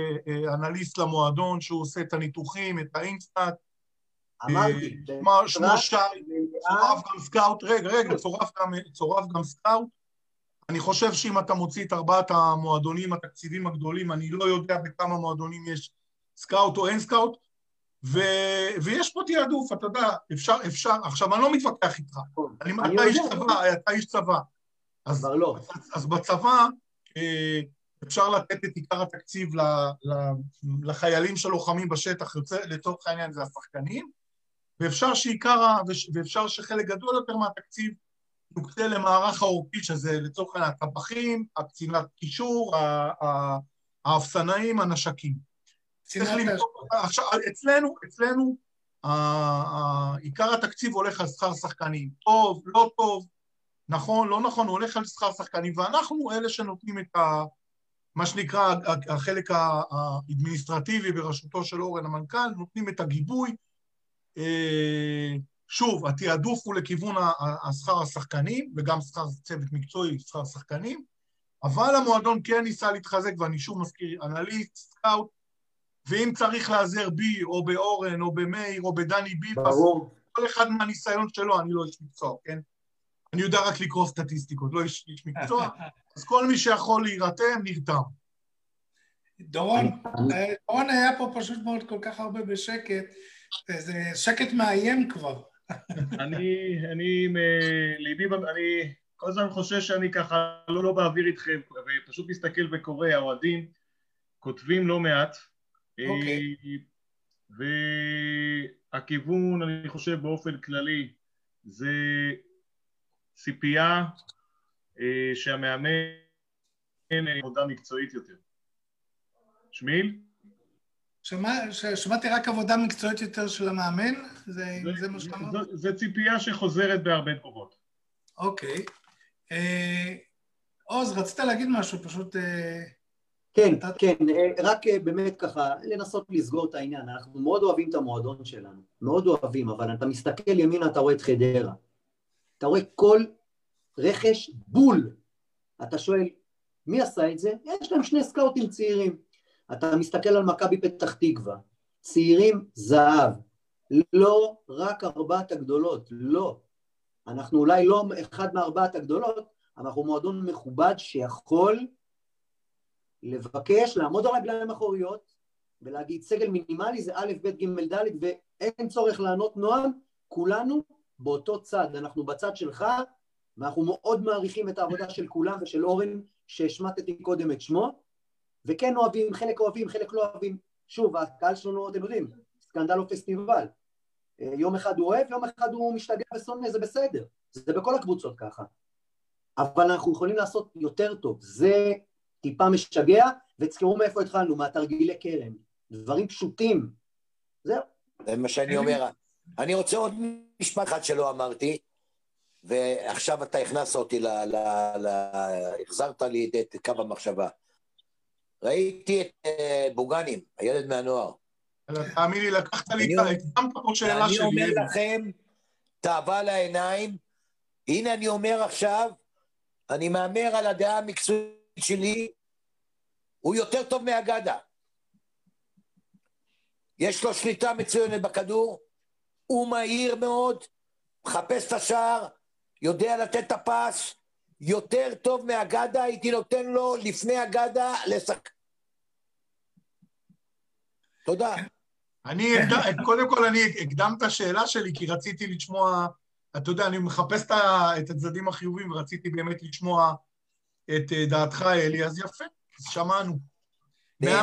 אנליסט למועדון שהוא עושה את הניתוחים, את האינסטאט, אמרתי, שמו שי, צורף גם סקאוט, רגע, רגע, צורף גם, צורף גם סקאוט. אני חושב שאם אתה מוציא את ארבעת המועדונים, התקציבים הגדולים, אני לא יודע בכמה מועדונים יש סקאוט או אין סקאוט, ו... ויש פה תיעדוף, אתה יודע, אפשר, אפשר, עכשיו אני לא מתווכח איתך, אני, אני אתה איש צבא, אתה איש צבא, אז, לא. אז, אז בצבא אפשר לתת את עיקר התקציב לחיילים שלוחמים בשטח, לצורך העניין זה השחקנים, ואפשר שעיקר, ואפשר שחלק גדול יותר מהתקציב יוקצה למערך העורפי, שזה לצורך העניין הטבחים, הקצינת קישור, האפסנאים, הנשקים. צריך למצוא, עכשיו, אצלנו, אצלנו, עיקר התקציב הולך על שכר שחקנים, טוב, לא טוב, נכון, לא נכון, הוא הולך על שכר שחקנים, ואנחנו אלה שנותנים את ה... מה שנקרא, החלק האדמיניסטרטיבי בראשותו של אורן המנכ"ל, נותנים את הגיבוי. שוב, התיעדוף הוא לכיוון השכר השחקנים, וגם שכר צוות מקצועי, שכר שחקנים, אבל המועדון כן ניסה להתחזק, ואני שוב מזכיר, אנליסט, סקאוט, ואם צריך לעזר בי, או באורן, או במאיר, או בדני ביבס, כל אחד מהניסיון שלו, אני לא איש מקצוע, כן? אני יודע רק לקרוא סטטיסטיקות, לא איש, איש מקצוע, אז כל מי שיכול להירתם, נרתם. דורון, דורון היה פה פשוט מאוד כל כך הרבה בשקט, זה שקט מאיים כבר. אני, אני, ליבי, אני כל הזמן חושב שאני ככה לא, לא באוויר איתכם, ופשוט מסתכל וקורא, האוהדים כותבים לא מעט, אוקיי. והכיוון, אני חושב באופן כללי, זה ציפייה שהמאמן עבודה מקצועית יותר. שמיל? שמעתי רק עבודה מקצועית יותר של המאמן, זה מה שאמרת? זה ציפייה שחוזרת בהרבה תגובות. אוקיי. עוז, רצית להגיד משהו, פשוט... כן, כן, רק באמת ככה, לנסות לסגור את העניין. אנחנו מאוד אוהבים את המועדון שלנו, מאוד אוהבים, אבל אתה מסתכל ימינה, אתה רואה את חדרה. אתה רואה כל רכש בול. אתה שואל, מי עשה את זה? יש להם שני סקאוטים צעירים. אתה מסתכל על מכבי פתח תקווה, צעירים זהב, לא רק ארבעת הגדולות, לא. אנחנו אולי לא אחד מארבעת הגדולות, אנחנו מועדון מכובד שיכול לבקש, לעמוד על רגליים אחוריות, ולהגיד סגל מינימלי זה א', ב', ג', ד', ואין צורך לענות נועם, כולנו באותו צד, אנחנו בצד שלך, ואנחנו מאוד מעריכים את העבודה של כולם ושל אורן, שהשמטתי קודם את שמו, וכן אוהבים, חלק אוהבים, חלק לא אוהבים. שוב, הקהל שלנו, אתם יודעים, סקנדל או פסטיבל. יום אחד הוא אוהב, יום אחד הוא משתגע ושונא, זה בסדר. זה בכל הקבוצות ככה. אבל אנחנו יכולים לעשות יותר טוב. זה טיפה משגע, ותזכרו מאיפה התחלנו, מהתרגילי קרן. דברים פשוטים. זהו. זה מה שאני אומר. אני רוצה עוד משפט אחד שלא אמרתי, ועכשיו אתה הכנסת אותי, ל, ל, ל, החזרת לי את קו המחשבה. ראיתי את בוגנים, הילד מהנוער. תאמין לי, לקחת לי גם פה שאלה שלי. אני אומר לכם, תאווה לעיניים, הנה אני אומר עכשיו, אני מאמר על הדעה המקצועית שלי, הוא יותר טוב מהגדה. יש לו שליטה מצוינת בכדור, הוא מהיר מאוד, מחפש את השער, יודע לתת את הפס, יותר טוב מהגדה, הייתי נותן לו לפני הגדה לשחק. תודה. אני, קודם כל אני הקדם את השאלה שלי, כי רציתי לשמוע, אתה יודע, אני מחפש את הצדדים החיובים, ורציתי באמת לשמוע את דעתך, אלי, אז יפה, אז שמענו. היה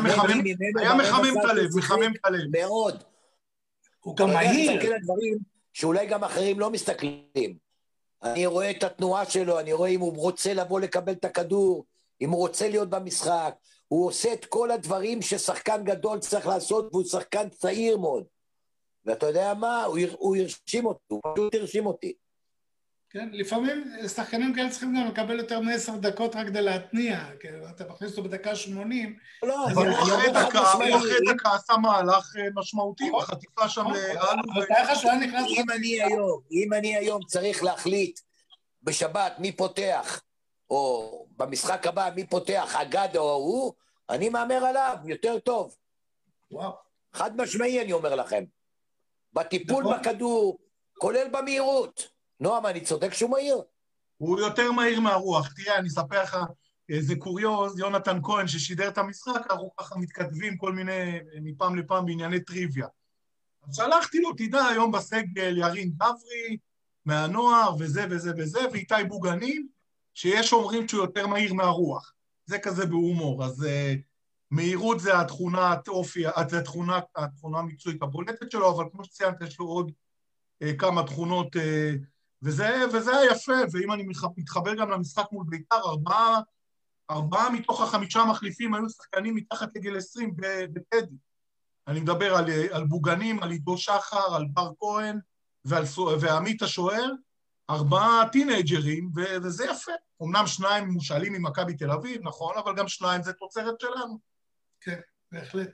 מחמם את הלב, מחמם את הלב. מאוד. הוא גם מהיר. מסתכל על דברים שאולי גם אחרים לא מסתכלים. אני רואה את התנועה שלו, אני רואה אם הוא רוצה לבוא לקבל את הכדור, אם הוא רוצה להיות במשחק, הוא עושה את כל הדברים ששחקן גדול צריך לעשות, והוא שחקן צעיר מאוד. ואתה יודע מה? הוא, הוא הרשים אותי, הוא פשוט הרשים אותי. כן, לפעמים שחקנים כאלה צריכים גם לקבל יותר מעשר דקות רק כדי להתניע, כי אתה מכניס אותו בדקה שמונים. לא, אבל הוא אחרי דקה, הוא אחרי דקה עשה מהלך משמעותי, בחטיפה שם לאלו. אבל תהיה לך שהוא היה נכנס... אם אני היום, אם אני היום צריך להחליט בשבת מי פותח, או במשחק הבא מי פותח, אגד או הוא, אני מאמר עליו, יותר טוב. וואו. חד משמעי אני אומר לכם. בטיפול בכדור, כולל במהירות. נועם, אני צודק שהוא מהיר? הוא יותר מהיר מהרוח. תראה, אני אספר לך איזה קוריוז, יונתן כהן ששידר את המשחק, אנחנו ככה מתכתבים כל מיני, מפעם לפעם בענייני טריוויה. אז שלחתי לו, תדע, היום בסגל ירין דברי, מהנוער וזה וזה וזה, ואיתי בוגנים, שיש אומרים שהוא יותר מהיר מהרוח. זה כזה בהומור. אז uh, מהירות זה התכונה, אופי, זה התכונה, התכונה המקצועית הבולטת שלו, אבל כמו שציינת, יש לו עוד uh, כמה תכונות, uh, וזה, וזה היה יפה, ואם אני מתחבר גם למשחק מול בית"ר, ארבעה, ארבעה מתוך החמישה המחליפים היו שחקנים מתחת לגיל עשרים בטדי. אני מדבר על, על בוגנים, על עידו שחר, על בר כהן, ועל, ועמית השוער, ארבעה טינג'רים, וזה יפה. אמנם שניים מושאלים ממכבי תל אביב, נכון, אבל גם שניים זה תוצרת שלנו. כן, בהחלט.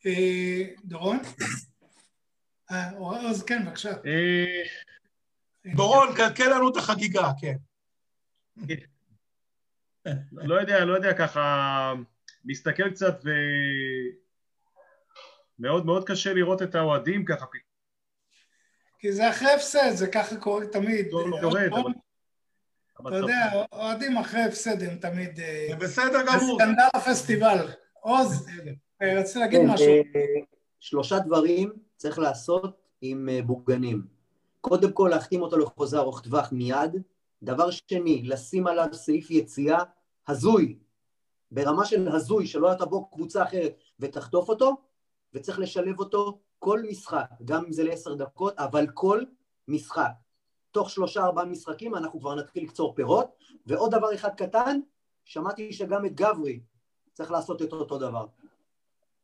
דורון? אז כן, בבקשה. דורון, קלקל לנו את החגיגה, כן. לא יודע, לא יודע, ככה, מסתכל קצת ו... מאוד מאוד קשה לראות את האוהדים ככה. כי זה אחרי הפסד, זה ככה קורה תמיד. יורד, אתה יודע, אוהדים אחרי הפסד הם תמיד... זה בסדר גמור. סקנדל הפסטיבל. עוז, רציתי להגיד משהו. שלושה דברים צריך לעשות עם בוגנים. קודם כל, להחתים אותו לחוזה ארוך טווח מיד. דבר שני, לשים עליו סעיף יציאה הזוי, ברמה של הזוי, שלא תבוא קבוצה אחרת ותחטוף אותו, וצריך לשלב אותו כל משחק, גם אם זה לעשר דקות, אבל כל משחק. תוך שלושה ארבעה משחקים אנחנו כבר נתחיל לקצור פירות, ועוד דבר אחד קטן, שמעתי שגם את גברי צריך לעשות את אותו דבר.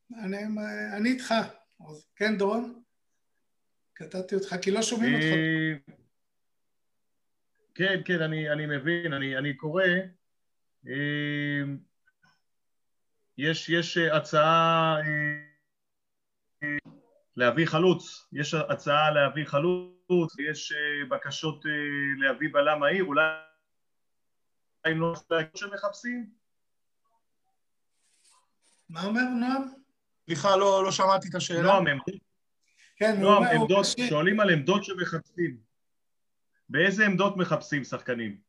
אני, אני איתך. אז, כן, דורון? קטעתי אותך, כי לא שומעים אותך. כן, כן, אני, אני מבין, אני, אני קורא. יש, יש הצעה להביא חלוץ, יש הצעה להביא חלוץ, יש בקשות להביא בלם מהיר, אולי אם לא שמחפשים? מה אומר נועם? סליחה, לא, לא שמעתי את השאלה. נועם, כן, נועם, עמדות, שואלים על עמדות שמחפשים. באיזה עמדות מחפשים שחקנים?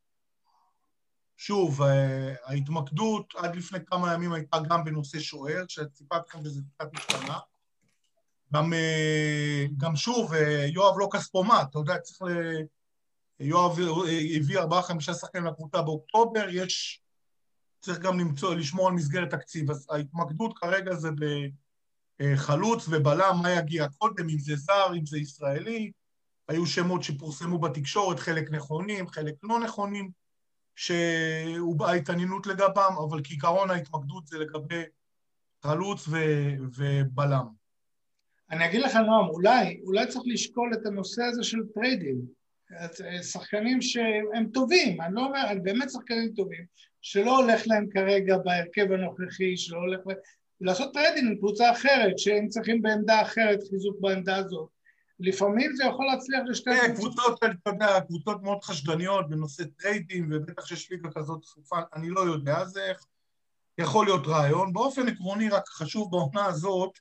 שוב, ההתמקדות עד לפני כמה ימים הייתה גם בנושא שוער, שציפתכם בזה קצת משתנה. גם, גם שוב, יואב לא כספומט, אתה יודע, צריך ל... יואב הביא ארבעה חמישה שחקנים לקבוצה באוקטובר, יש... צריך גם למצוא, לשמור על מסגרת תקציב. אז ההתמקדות כרגע זה בחלוץ ובלם, מה יגיע קודם, אם זה זר, אם זה ישראלי. היו שמות שפורסמו בתקשורת, חלק נכונים, חלק לא נכונים, שהוא בא התעניינות לגבם, אבל כעיקרון ההתמקדות זה לגבי חלוץ ו- ובלם. אני אגיד לך נועם, אולי, אולי צריך לשקול את הנושא הזה של טריידים, שחקנים שהם טובים, אני לא אומר, הם באמת שחקנים טובים, שלא הולך להם כרגע בהרכב הנוכחי, שלא הולך להם, לעשות טריידים עם קבוצה אחרת, שהם צריכים בעמדה אחרת, חיזוק בעמדה הזאת. לפעמים זה יכול להצליח לשתי קבוצות, אתה יודע, קבוצות מאוד חשדניות בנושא טריידים, ובטח שיש ליגה כזאת צפופה, אני לא יודע, זה יכול להיות רעיון. באופן עקרוני רק חשוב בעונה הזאת,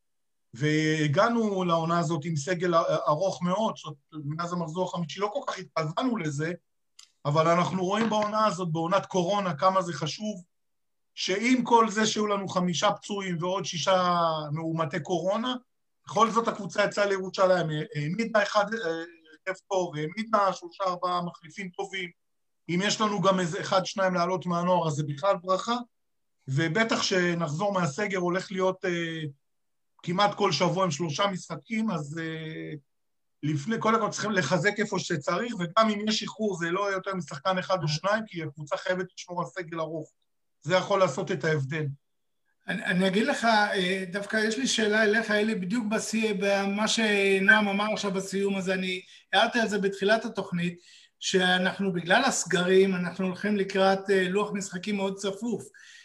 והגענו לעונה הזאת עם סגל ארוך מאוד, מאז המחזור החמישי לא כל כך התכוונו לזה, אבל אנחנו רואים בעונה הזאת, בעונת קורונה, כמה זה חשוב, שעם כל זה שהיו לנו חמישה פצועים ועוד שישה מאומתי קורונה, בכל זאת הקבוצה יצאה לירושלים, העמידה אחד הרכב טוב, העמידה שלושה ארבעה מחליפים טובים, אם יש לנו גם איזה אחד שניים לעלות מהנוער, אז זה בכלל ברכה, ובטח שנחזור מהסגר הולך להיות אה, כמעט כל שבוע עם שלושה משחקים, אז אה, לפני, קודם כל צריכים לחזק איפה שצריך, וגם אם יש איחור זה לא יותר משחקן אחד או שניים, כי הקבוצה חייבת לשמור על סגל ארוך, זה יכול לעשות את ההבדל. אני, אני אגיד לך, דווקא יש לי שאלה אליך, אלי, בדיוק בסי, במה שנועם אמר עכשיו בסיום הזה, אני הערתי על זה בתחילת התוכנית, שאנחנו בגלל הסגרים, אנחנו הולכים לקראת לוח משחקים מאוד צפוף,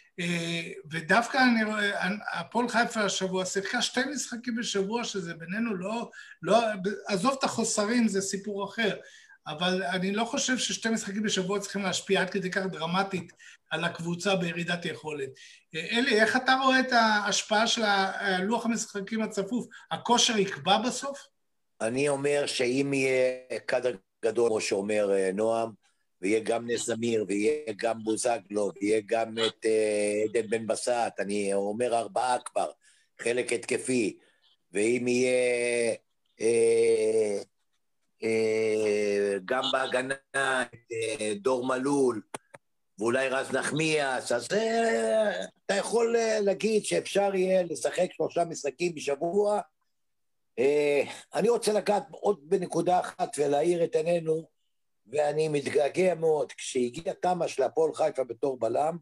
ודווקא אני רואה, הפועל חיפה השבוע שיחקה שתי משחקים בשבוע, שזה בינינו לא, לא, עזוב את החוסרים, זה סיפור אחר, אבל אני לא חושב ששתי משחקים בשבוע צריכים להשפיע עד כדי כך דרמטית על הקבוצה בירידת יכולת. אלי, איך אתה רואה את ההשפעה של לוח המשחקים הצפוף? הכושר יקבע בסוף? אני אומר שאם יהיה קדר גדול, כמו שאומר נועם, ויהיה גם נס זמיר, ויהיה גם בוזגלו, ויהיה גם את עדן בן בסט, אני אומר ארבעה כבר, חלק התקפי, ואם יהיה אה, אה, גם בהגנה את דור מלול, ואולי רז נחמיאס, אז אה, אתה יכול להגיד שאפשר יהיה לשחק שלושה משחקים בשבוע. אה, אני רוצה לגעת עוד בנקודה אחת ולהאיר את עינינו, ואני מתגעגע מאוד, כשהגיע תמ"ש להפועל חיפה בתור בלם,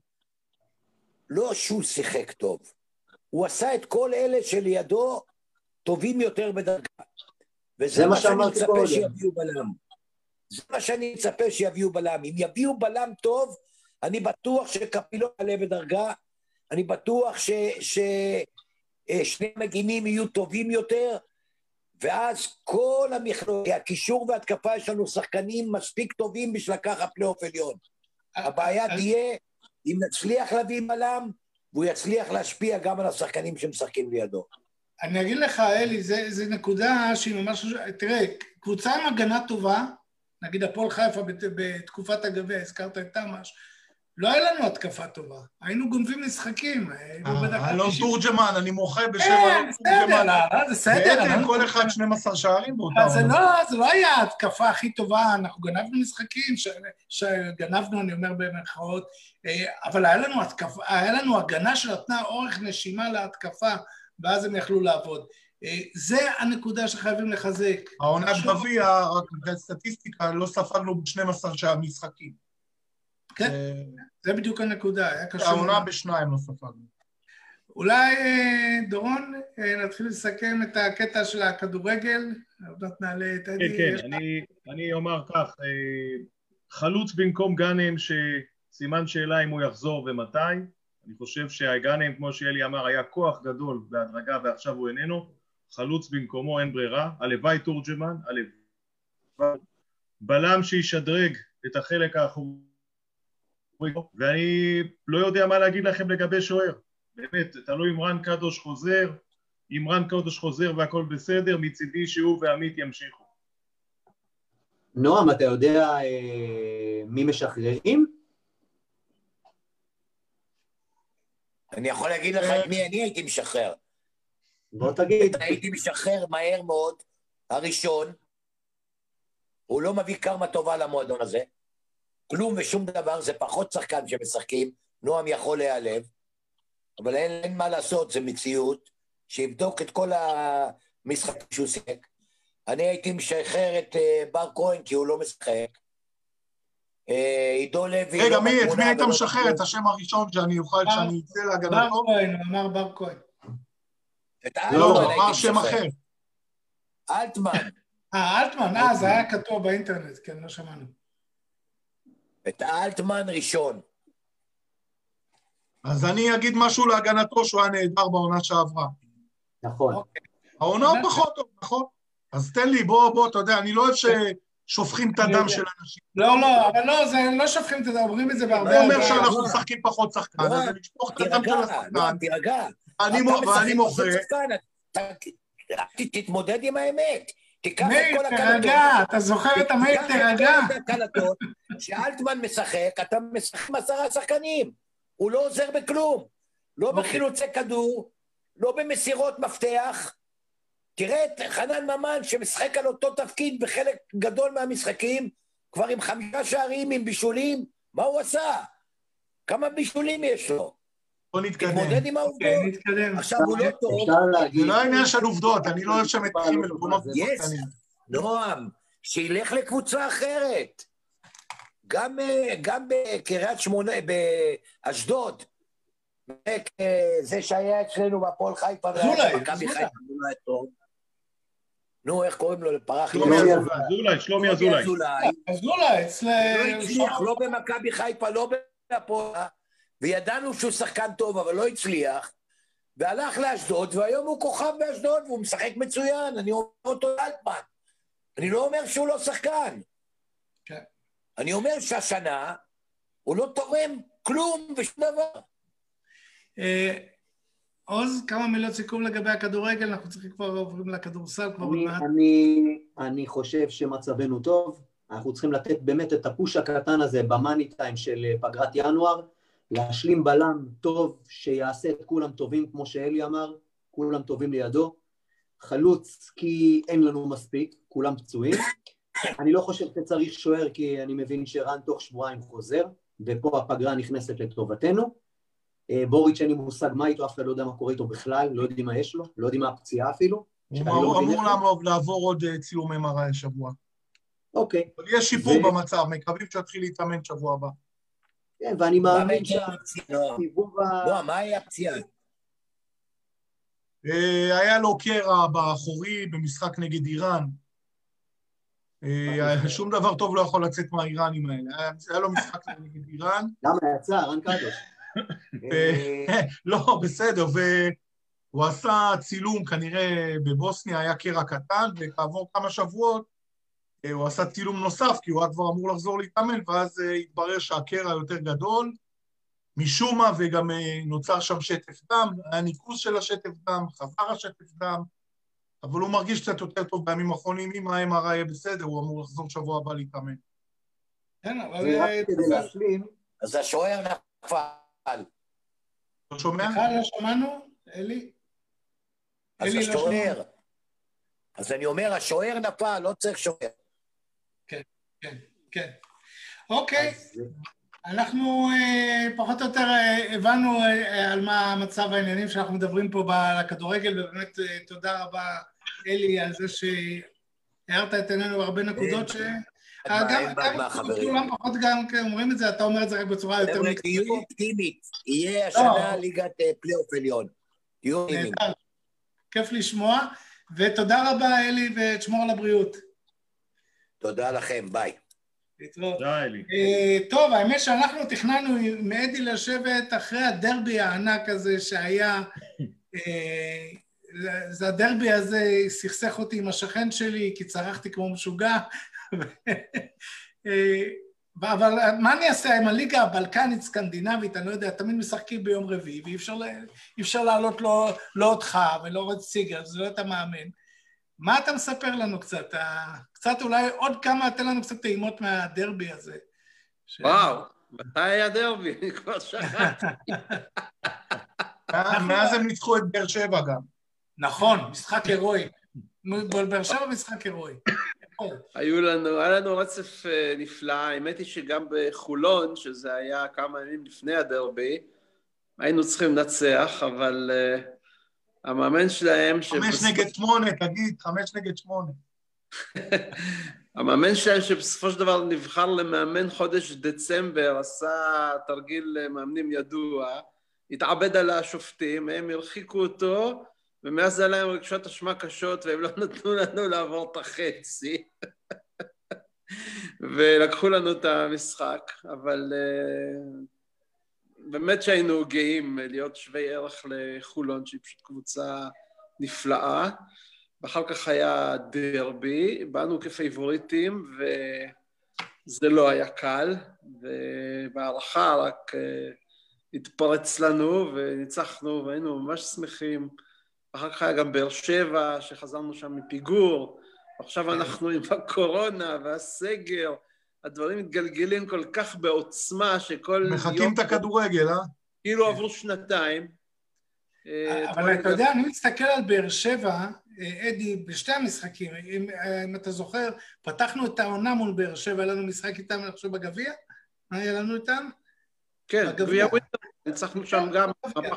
לא שהוא שיחק טוב, הוא עשה את כל אלה שלידו טובים יותר בדרגה, וזה מה שאני מצפה שיביאו בלם. זה מה שאני מצפה שיביאו בלם. אם יביאו בלם טוב, אני בטוח שקפילו עלה בדרגה, אני בטוח ששני מגינים יהיו טובים יותר, ואז כל המכלול, הקישור וההתקפה, יש לנו שחקנים מספיק טובים בשביל לקחת פלייאוף עליון. הבעיה תהיה אם נצליח להביא בלם, והוא יצליח להשפיע גם על השחקנים שמשחקים לידו. אני אגיד לך, אלי, זה, זה נקודה שהיא ממש... תראה, קבוצה עם הגנה טובה, נגיד הפועל חיפה בתקופת הגביע, הזכרת את תמ"ש, לא היה לנו התקפה טובה, היינו גונבים משחקים. אלון תורג'מן, אני מוחה בשם אלון תורג'מן. זה בסדר. בעצם כל אחד שנים עשר שערים באותה עונה. זה לא היה ההתקפה הכי טובה, אנחנו גנבנו משחקים, שגנבנו, אני אומר במרכאות, אבל היה לנו הגנה שנתנה אורך נשימה להתקפה, ואז הם יכלו לעבוד. זה הנקודה שחייבים לחזק. העונה גביע, רק בסטטיסטיקה, לא ספגנו ב-שנים עשר משחקים. כן, זה בדיוק הנקודה. העונה בשניים לא ספגנו. אולי דורון, נתחיל לסכם את הקטע של הכדורגל, עוד נעלה את אדי. כן, כן, אני, אני אומר כך, חלוץ במקום גאנם שסימן שאלה אם הוא יחזור ומתי, אני חושב שהגאנם, כמו שאלי אמר, היה כוח גדול בהדרגה ועכשיו הוא איננו, חלוץ במקומו אין ברירה, הלוואי תורג'מן, הלוואי, בלם שישדרג את החלק האחורי, ואני לא יודע מה להגיד לכם לגבי שוער, באמת, תלוי אם רן קדוש חוזר, אם רן קדוש חוזר והכל בסדר, מצידי שהוא ועמית ימשיכו. נועם, אתה יודע אה, מי משחררים? אני יכול להגיד לך את מי אני הייתי משחרר. בוא תגיד. הייתי משחרר מהר מאוד, הראשון, הוא לא מביא קרמה טובה למועדון הזה, כלום ושום דבר, זה פחות שחקן שמשחקים, נועם יכול להיעלב, אבל אין, אין מה לעשות, זה מציאות, שיבדוק את כל המשחק שהוא שיחק. אני הייתי משחרר את uh, בר כהן, כי הוא לא משחק. Uh, עידו לוי... רגע, מי, את מי היית משחרר? את השם הראשון שאני אוכל, שאני אצא להגנתו? בר כהן, הוא אמר בר כהן. לא, הוא אמר שם אחר. אלטמן. אה, אלטמן, אה, זה היה כתוב באינטרנט, כן, לא שמענו. את אלטמן ראשון. אז אני אגיד משהו להגנתו שהוא היה נהדר בעונה שעברה. נכון. העונה הוא פחות טוב, נכון? אז תן לי, בוא, בוא, אתה יודע, אני לא אוהב ששופכים את הדם של אנשים. לא, לא, אבל לא, זה לא שופכים את הדם, אומרים את זה בהרבה... לא אומר שאנחנו משחקים פחות שחקן, אז אני אשפוך את הדם של השחקן. תירגע, ואני מוחה. תתמודד עם האמת. מאיר, תרגע, אתה זוכר את המאיר, תרגע. שאלטמן משחק, אתה משחק עם עשרה שחקנים. הוא לא עוזר בכלום. לא בחילוצי כדור, לא במסירות מפתח. תראה את חנן ממן שמשחק על אותו תפקיד בחלק גדול מהמשחקים, כבר עם חמישה שערים, עם בישולים. מה הוא עשה? כמה בישולים יש לו? בוא נתקדם. תתמודד עם העובדות. עכשיו הוא לא טוב. זה לא העניין של עובדות, אני לא אוהב שמתחילים אל תגונות שחקנים. נועם, שילך לקבוצה אחרת. גם, גם בקריית שמונה, באשדוד, זה שהיה אצלנו בפועל חיפה, ומכבי חיפה לא היה טוב. נו, איך קוראים לו? לפרח? שלומי אזולאי, שלומי אזולאי. אזולאי, לא הצליח, לא במכבי חיפה, לא בפועל, וידענו שהוא שחקן טוב, אבל לא הצליח, והלך לאשדוד, והיום הוא כוכב באשדוד, והוא משחק מצוין, אני אומר אותו אלטמן. אני לא אומר שהוא לא שחקן. כן. אני אומר שהשנה הוא לא תורם כלום ושום דבר. עוז, כמה מילות סיכום לגבי הכדורגל, אנחנו צריכים כבר עוברים לכדורסל כבר עוד מעט. אני חושב שמצבנו טוב, אנחנו צריכים לתת באמת את הפוש הקטן הזה במאני טיים של פגרת ינואר, להשלים בלם טוב שיעשה את כולם טובים, כמו שאלי אמר, כולם טובים לידו, חלוץ כי אין לנו מספיק, כולם פצועים, אני לא חושב שצריך שוער כי אני מבין שרן תוך שבועיים חוזר, ופה הפגרה נכנסת לטובתנו, בוריץ' אין לי מושג מה איתו, אף אחד לא יודע מה קורה איתו בכלל, לא יודעים מה יש לו, לא יודעים מה הפציעה אפילו. הוא אמור לעבור עוד צילום אם איי שבוע. אוקיי. אבל יש שיפור במצב, מקווים שיתחיל להתאמן שבוע הבא. כן, ואני מאמין שהסיבוב ה... לא, מה היה הפציעה? היה לו קרע באחורי במשחק נגד איראן. שום דבר טוב לא יכול לצאת מהאיראנים האלה. היה לו משחק נגד איראן. למה יצא, רן קדוש? לא, בסדר, והוא עשה צילום כנראה בבוסניה, היה קרע קטן, וכעבור כמה שבועות הוא עשה צילום נוסף, כי הוא היה כבר אמור לחזור להתאמן, ואז התברר שהקרע יותר גדול, משום מה, וגם נוצר שם שטף דם, היה ניקוז של השטף דם, חזר השטף דם, אבל הוא מרגיש קצת יותר טוב בימים האחרונים, אם ה-אם אר איי יהיה בסדר, הוא אמור לחזור שבוע הבא להתאמן. כן, אבל... אז השוער נפל. לא שומע? בכלל לא שמענו, אלי? אז השוער. אז אני אומר, השוער נפל, לא צריך שוער. כן, כן, כן. אוקיי. אנחנו פחות או יותר הבנו על מה מצב העניינים שאנחנו מדברים פה בכדורגל, ובאמת תודה רבה, אלי, על זה שהערת את עינינו בהרבה נקודות ש... כולם פחות גם אומרים את זה, אתה אומר את זה רק בצורה יותר מקצועית. תהיו אופטימית, יהיה השנה ליגת פלייאוף עליון. תהיו נעימים. כיף לשמוע, ותודה רבה אלי, ותשמור על הבריאות. תודה לכם, ביי. תודה אלי. טוב, האמת שאנחנו תכננו עם אדי לשבת אחרי הדרבי הענק הזה שהיה, זה הדרבי הזה סכסך אותי עם השכן שלי, כי צרחתי כמו משוגע, אבל מה אני אעשה עם הליגה הבלקנית סקנדינבית, אני לא יודע, תמיד משחקים ביום רביעי, ואי אפשר, אפשר לעלות לא, לא אותך ולא רד סיגר, זה לא אתה מאמן. מה אתה מספר לנו קצת? קצת אולי עוד כמה, תן לנו קצת טעימות מהדרבי הזה. וואו, מתי היה דרבי? אני כבר שכחתי. מאז הם ניצחו את באר שבע גם. נכון, משחק הירואי. באר שבע משחק הירואי. היו לנו, היה לנו רצף נפלא, האמת היא שגם בחולון, שזה היה כמה ימים לפני הדרבי, היינו צריכים לנצח, אבל המאמן שלהם... חמש נגד שמונה, תגיד, חמש נגד שמונה. המאמן שלהם שבסופו של דבר נבחר למאמן חודש דצמבר, עשה תרגיל מאמנים ידוע, התעבד על השופטים, הם הרחיקו אותו, ומאז זה להם רגשות אשמה קשות, והם לא נתנו לנו לעבור את החצי. ולקחו לנו את המשחק, אבל uh, באמת שהיינו גאים להיות שווי ערך לחולון, שהיא פשוט קבוצה נפלאה. ואחר כך היה דרבי, באנו כפייבוריטים, וזה לא היה קל, ובהערכה רק uh, התפרץ לנו, וניצחנו, והיינו ממש שמחים. אחר כך היה גם באר שבע, שחזרנו שם מפיגור, עכשיו אנחנו עם הקורונה והסגר, הדברים מתגלגלים כל כך בעוצמה, שכל יום... מחכים את הכדורגל, אה? כאילו עברו שנתיים. אבל אתה יודע, אני מסתכל על באר שבע, אדי, בשתי המשחקים, אם אתה זוכר, פתחנו את העונה מול באר שבע, היה לנו משחק איתם, אני חושב, בגביע? מה היה לנו איתם? כן, גביע ווינטר, ניצחנו שם גם.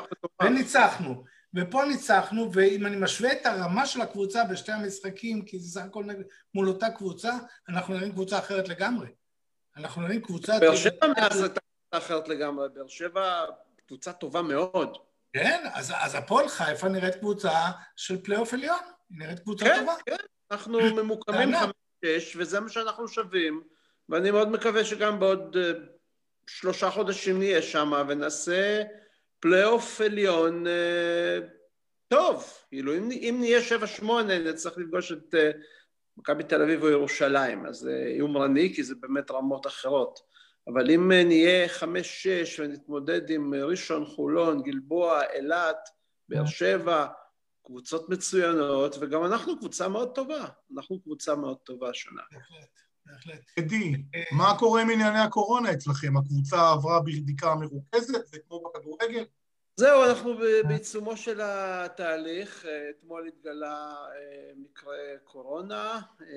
וניצחנו. ופה ניצחנו, ואם אני משווה את הרמה של הקבוצה בשתי המשחקים, כי זה סך הכל מול אותה קבוצה, אנחנו נראים קבוצה אחרת לגמרי. אנחנו נראים קבוצה... באר שבע מאז הייתה קבוצה אחרת לגמרי, באר שבע קבוצה טובה מאוד. כן, אז, אז הפועל חיפה נראית קבוצה של פלייאוף עליון, היא נראית קבוצה כן, טובה. כן, אנחנו ממוקמים חמש שש, וזה מה שאנחנו שווים, ואני מאוד מקווה שגם בעוד uh, שלושה חודשים נהיה שם, ונעשה... פלייאוף עליון uh, טוב, כאילו אם, אם נהיה שבע שמונה נצטרך לפגוש את uh, מכבי תל אביב או ירושלים, אז uh, יומרני, כי זה באמת רמות אחרות, אבל אם uh, נהיה חמש שש ונתמודד עם ראשון, חולון, גלבוע, אילת, באר שבע, קבוצות מצוינות, וגם אנחנו קבוצה מאוד טובה, אנחנו קבוצה מאוד טובה השנה. בהחלט, בהחלט. אדי, מה קורה עם ענייני הקורונה אצלכם? הקבוצה עברה בבדיקה מרוכזת, זה כמו בכדורגל? זהו, אנחנו בעיצומו של התהליך, אתמול התגלה מקרה קורונה,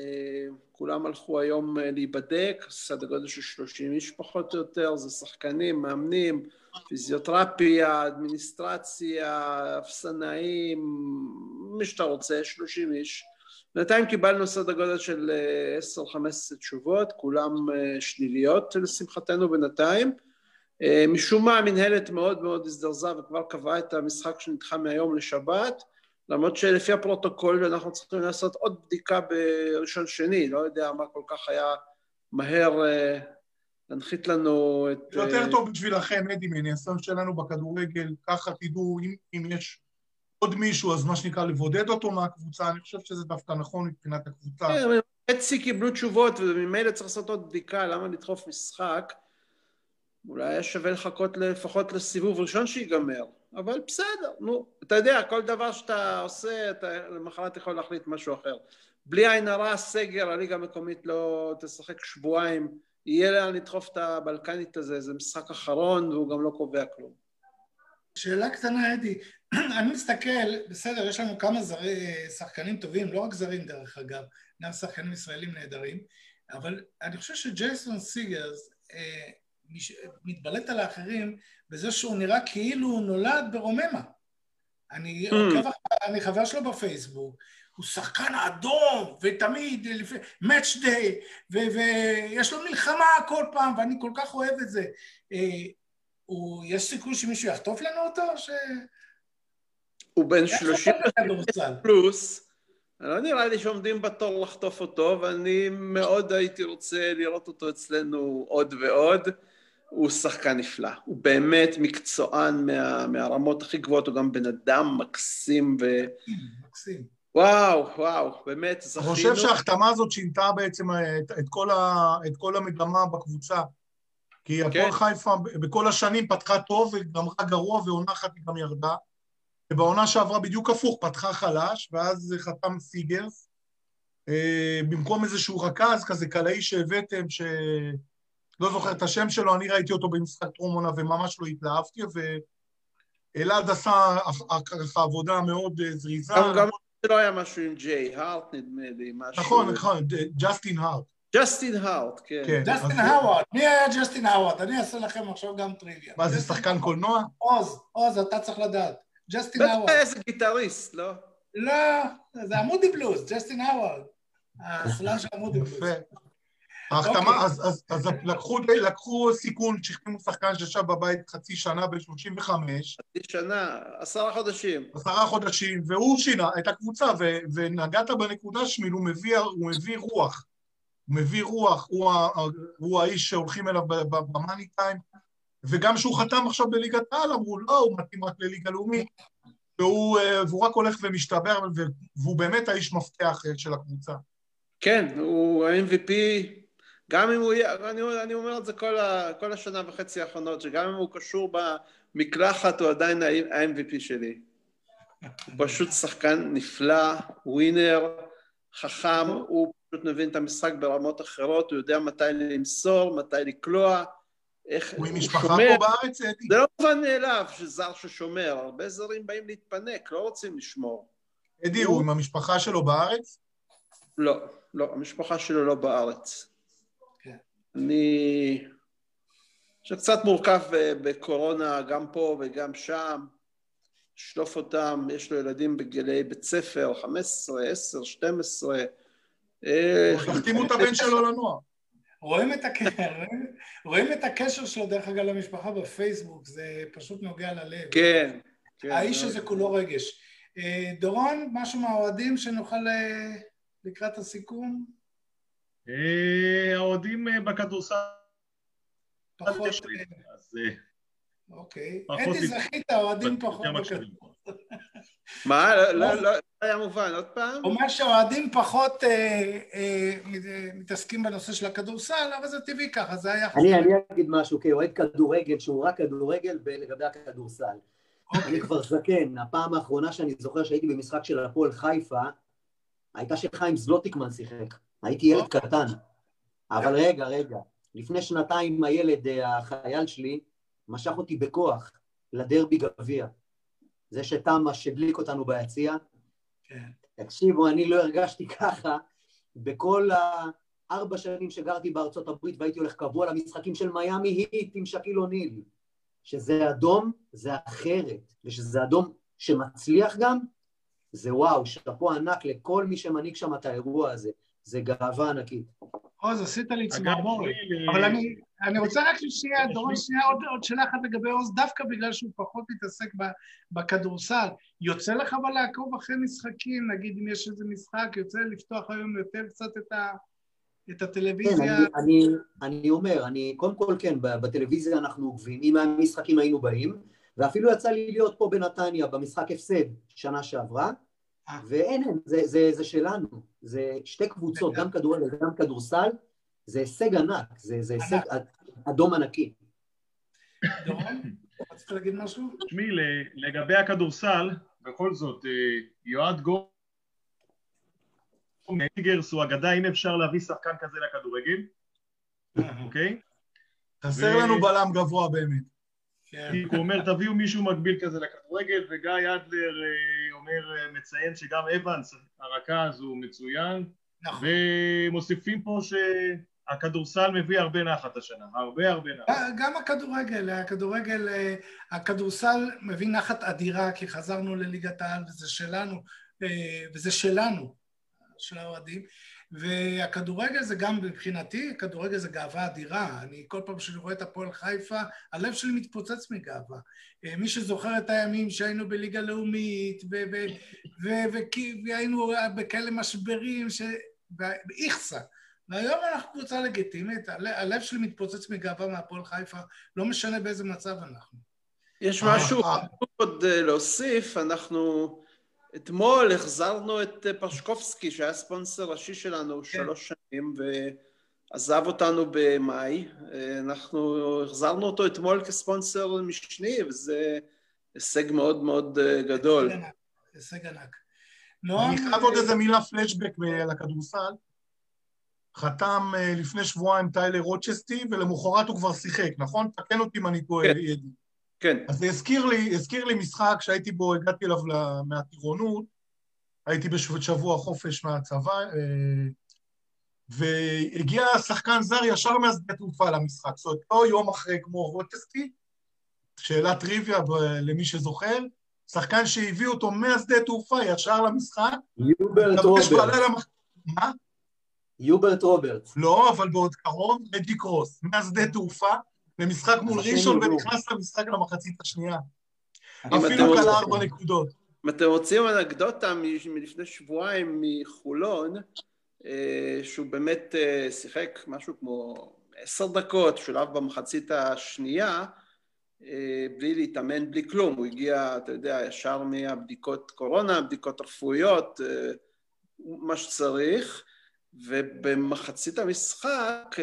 כולם הלכו היום להיבדק, סדר גודל של שלושים איש פחות או יותר, זה שחקנים, מאמנים, פיזיותרפיה, אדמיניסטרציה, אפסנאים, מי שאתה רוצה, שלושים איש. בינתיים קיבלנו סדר גודל של עשר חמש עשרה תשובות, כולם שליליות לשמחתנו בינתיים. משום מה המנהלת מאוד מאוד הזדרזה וכבר קבעה את המשחק שנדחה מהיום לשבת, למרות שלפי הפרוטוקול אנחנו צריכים לעשות עוד בדיקה בראשון שני, לא יודע מה כל כך היה מהר להנחית לנו את... יותר טוב בשבילכם, אדי, מהניסיון שלנו בכדורגל, ככה תדעו אם, אם יש עוד מישהו, אז מה שנקרא לבודד אותו מהקבוצה, אני חושב שזה דווקא נכון מבחינת הקבוצה. כן, חצי קיבלו תשובות, וממילא צריך לעשות עוד בדיקה, למה לדחוף משחק? אולי היה שווה לחכות לפחות לסיבוב ראשון שיגמר, אבל בסדר, נו, אתה יודע, כל דבר שאתה עושה, אתה למחרת יכול להחליט משהו אחר. בלי עין הרע, סגר, הליגה המקומית לא תשחק שבועיים, יהיה לאן לדחוף את הבלקנית הזה, זה משחק אחרון, והוא גם לא קובע כלום. שאלה קטנה, אדי, אני מסתכל, בסדר, יש לנו כמה זרי, שחקנים טובים, לא רק זרים דרך אגב, גם שחקנים ישראלים נהדרים, אבל אני חושב שג'ייסון סיגרס אה, מתבלט על האחרים בזה שהוא נראה כאילו הוא נולד ברוממה. אני, עוקב, אני חבר שלו בפייסבוק, הוא שחקן אדום, ותמיד, match day, ויש לו מלחמה כל פעם, ואני כל כך אוהב את זה. אה, הוא, יש סיכוי שמישהו יחטוף לנו אותו? ש... הוא בן שלושים בכדורסל. פלוס, לא נראה לי שעומדים בתור לחטוף אותו, ואני מאוד הייתי רוצה לראות אותו אצלנו עוד ועוד. הוא שחקן נפלא, הוא באמת מקצוען מה, מהרמות הכי גבוהות, הוא גם בן אדם מקסים ו... מקסים. וואו, וואו, באמת זכינו. אני חושב שההחתמה הזאת שינתה בעצם את, את, כל, ה, את כל המגמה בקבוצה. כי הפועל חיפה בכל השנים פתחה טוב וגמרה גרוע, ועונה אחת היא גם ירדה. ובעונה שעברה בדיוק הפוך, פתחה חלש, ואז חתם סיגרס. במקום איזשהו רכז, כזה קלעי שהבאתם, שלא זוכר את השם שלו, אני ראיתי אותו במשחק טרום עונה וממש לא התלהבתי, ואלעד עשה עבודה מאוד זריזה. גם לא היה משהו עם ג'יי, הארט נדמה לי, משהו... נכון, נכון, ג'סטין הארט. ג'סטין הארט, כן. ג'סטין האווארד, מי היה ג'סטין האווארד? אני אעשה לכם עכשיו גם טריוויה. מה, זה שחקן קולנוע? עוז, עוז, אתה צריך לדעת. ג'סטין האווארד. בטח איזה גיטריסט, לא? לא, זה המודי בלוז, ג'סטין האווארד. הסלן של המודי בלוז. ההחתמה, אז לקחו סיכון, שחתמו שחקן שישב בבית חצי שנה ב-שלושים וחמש. חצי שנה, עשרה חודשים. עשרה חודשים, והוא שינה את הקבוצה, ונגעת בנקודה שמיל, הוא מביא רוח. הוא מביא רוח, הוא, הוא האיש שהולכים אליו במאני טיים, וגם שהוא חתם עכשיו בליגת העל, אמרו, לא, הוא מתאים רק לליגה לאומית, והוא, והוא רק הולך ומשתבר, והוא באמת האיש מפתח של הקבוצה. כן, הוא ה-אם וי פי, גם אם הוא יהיה, אני, אני אומר את זה כל, ה, כל השנה וחצי האחרונות, שגם אם הוא קשור במקלחת, הוא עדיין ה-אם וי פי שלי. הוא פשוט שחקן נפלא, ווינר, חכם, הוא פשוט מבין את המשחק ברמות אחרות, הוא יודע מתי למסור, מתי לקלוע, איך הוא עם הוא משפחה שומר. פה בארץ, אדי? זה לא מובן מאליו שזר ששומר, הרבה זרים באים להתפנק, לא רוצים לשמור. אדי, הוא עם המשפחה שלו בארץ? לא, לא, המשפחה שלו לא בארץ. כן. אני... שקצת מורכב בקורונה, גם פה וגם שם, שלוף אותם, יש לו ילדים בגילי בית ספר, חמש עשרה, עשר, שתים עשרה. תחתימו את הבן שלו לנוער. רואים את, הקשר, רואים את הקשר שלו דרך אגב למשפחה בפייסבוק, זה פשוט נוגע ללב. כן. כן האיש לא... הזה כולו רגש. דורון, משהו מהאוהדים שנוכל לקראת הסיכום? האוהדים בכדורסל. פחות. אוקיי. אדי זכית, האוהדים פחות בכדורסל. מה? לא היה מובן, עוד פעם? הוא אומר שהאוהדים פחות מתעסקים בנושא של הכדורסל, אבל זה טבעי ככה, זה היה... אני אגיד משהו, כאוהד כדורגל, שהוא רק כדורגל לגבי הכדורסל. אני כבר זקן, הפעם האחרונה שאני זוכר שהייתי במשחק של הפועל חיפה, הייתה שחיים זלוטיקמן שיחק, הייתי ילד קטן. אבל רגע, רגע, לפני שנתיים הילד, החייל שלי, משך אותי בכוח לדרבי גביע. זה שתמה שדליק אותנו ביציע. כן. תקשיבו, אני לא הרגשתי ככה בכל הארבע שנים שגרתי בארצות הברית, והייתי הולך קבוע למשחקים של מיאמי היט עם שקיל אוניל. שזה אדום, זה אחרת, ושזה אדום שמצליח גם, זה וואו, שאפו ענק לכל מי שמנהיג שם את האירוע הזה. זה גאווה ענקית. עוז, עשית לי צמרמורת. אבל אני, אני רוצה רק שנייה, דורון, שנייה, עוד, עוד שאלה אחת לגבי עוז, דווקא בגלל שהוא פחות מתעסק בכדורסל. יוצא לך אבל לעקוב אחרי משחקים, נגיד אם יש איזה משחק, יוצא לפתוח היום יותר קצת את, ה, את הטלוויזיה? כן, אני, אני, אני אומר, אני, קודם כל כן, בטלוויזיה אנחנו עוקבים, אם המשחקים היינו באים, ואפילו יצא לי להיות פה בנתניה, במשחק הפסד שנה שעברה, ואין, זה, זה, זה שלנו, זה שתי קבוצות, גם כדורגל וגם כדורסל, זה הישג ענק, זה, זה הישג אדום ענקי. דורון, רצית להגיד משהו? תשמעי, לגבי הכדורסל, בכל זאת, יועד גור, טיגרס הוא אגדה, אם אפשר להביא שחקן כזה לכדורגל, אוקיי? חסר לנו בלם גבוה באמת. הוא אומר, תביאו מישהו מקביל כזה לכדורגל, וגיא אדלר אומר, מציין שגם אבנס, הרכז, הוא מצוין, ומוסיפים פה שהכדורסל מביא הרבה נחת השנה, הרבה הרבה נחת. גם הכדורגל, הכדורגל, הכדורסל מביא נחת אדירה, כי חזרנו לליגת העל, וזה שלנו, וזה שלנו, של האוהדים. והכדורגל זה גם מבחינתי, הכדורגל זה גאווה אדירה. אני כל פעם שאני רואה את הפועל חיפה, הלב שלי מתפוצץ מגאווה. מי שזוכר את הימים שהיינו בליגה לאומית, והיינו בכאלה משברים, באיכסה. והיום אנחנו קבוצה לגיטימית, הלב שלי מתפוצץ מגאווה מהפועל חיפה, לא משנה באיזה מצב אנחנו. יש משהו עוד להוסיף, אנחנו אתמול החזרנו את פשקובסקי, שהיה ספונסר ראשי שלנו שלוש שנים, ועזב אותנו במאי, אנחנו החזרנו אותו אתמול כספונסר משני, וזה הישג מאוד מאוד גדול. הישג ענק, הישג ענק. אני חייב עוד איזה מילה פלשבק לכדורסל, חתם לפני שבועיים טיילר רוצ'סטי, ולמחרת הוא כבר שיחק, נכון? תקן אותי אם אני טועה, ידי. כן. אז זה הזכיר לי, הזכיר לי משחק שהייתי בו, הגעתי אליו מהטירונות, הייתי בשבוע חופש מהצבא, והגיע שחקן זר ישר מהשדה תעופה למשחק, זאת אומרת, לא יום אחרי כמו רוצ'סטי, שאלת טריוויה למי שזוכר, שחקן שהביא אותו מהשדה תעופה ישר למשחק, יוברט רוברט. מה? יוברט רוברט. לא, אבל בעוד קרוב, רג'י קרוס, מהשדה תעופה, במשחק מול ראשון, ונכנס למשחק למחצית השנייה. אפילו קלה ארבע נקודות. אם אתם רוצים אנקדוטה מלפני שבועיים מחולון, שהוא באמת שיחק משהו כמו עשר דקות, שולב במחצית השנייה, בלי להתאמן, בלי כלום. הוא הגיע, אתה יודע, ישר מהבדיקות קורונה, בדיקות רפואיות, מה שצריך, ובמחצית המשחק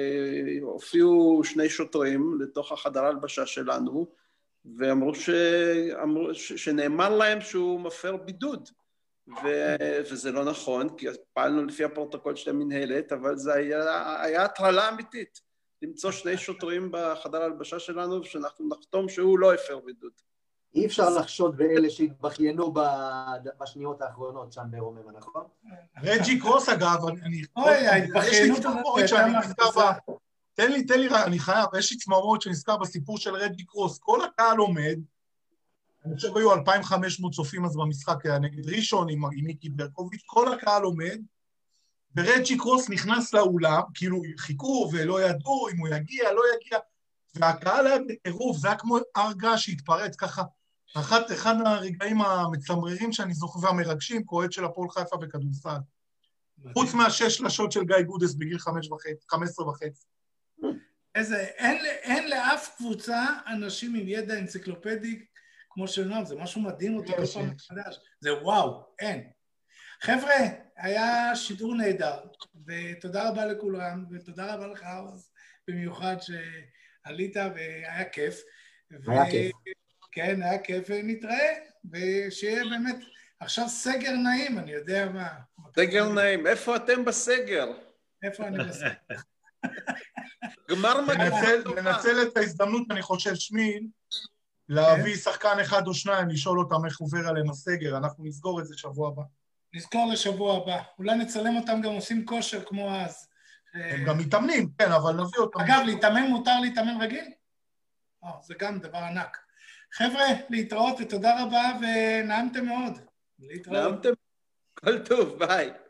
הופיעו שני שוטרים לתוך החדר הלבשה שלנו, ואמרו ש... אמרו... ש... שנאמר להם שהוא מפר בידוד, ו... וזה לא נכון, כי פעלנו לפי הפרוטוקול של המנהלת, אבל זה היה, היה הטרלה אמיתית, למצוא שני שוטרים בחדר הלבשה שלנו, ושאנחנו נחתום שהוא לא הפר בידוד. אי אפשר לחשוד באלה שהתבחיינו בשניות האחרונות שם ברוממה, נכון? רג'י קרוס אגב, אני... אוי, ההתבחיינות הזאת... תן לי, תן לי, אני חייב, יש לי צמרמורת שנזכר בסיפור של רג'י קרוס, כל הקהל עומד, אני חושב היו אלפיים וחמש מאות צופים אז במשחק נגד ראשון עם מיקי ברקוביץ', כל הקהל עומד, ורג'י קרוס נכנס לאולם, כאילו חיכו ולא ידעו אם הוא יגיע, לא יגיע, והקהל היה בטירוף, זה היה כמו הרגע שהתפרץ ככה, אחד, אחד הרגעים המצמררים שאני זוכר והמרגשים, כועד של הפועל חיפה בכדורסל. חוץ מהשש שלשות של גיא גודס בגיל חמש וחצי, חמש עשרה וחצי. איזה, אין, אין לאף קבוצה אנשים עם ידע אנציקלופדי כמו שלנו, זה משהו מדהים אותי כל פעם מחדש. זה וואו, אין. חבר'ה, היה שידור נהדר, ותודה רבה לכולם, ותודה רבה לך, במיוחד שעלית והיה כיף. היה ו... כיף. כן, היה כיף, ונתראה, ושיהיה באמת, עכשיו סגר נעים, אני יודע מה. סגר נעים, איפה אתם בסגר? איפה אני בסגר? גמר מגנצל, ננצל את ההזדמנות, אני חושב, שמיל, להביא שחקן אחד או שניים, לשאול אותם איך עובר עליהם הסגר, אנחנו נסגור את זה שבוע הבא. נזכור לשבוע הבא, אולי נצלם אותם גם עושים כושר כמו אז. הם גם מתאמנים, כן, אבל נביא אותם. אגב, להתאמן מותר להתאמן רגיל? זה גם דבר ענק. חבר'ה, להתראות ותודה רבה, ונעמתם מאוד. להתראות. נעמתם, כל טוב, ביי.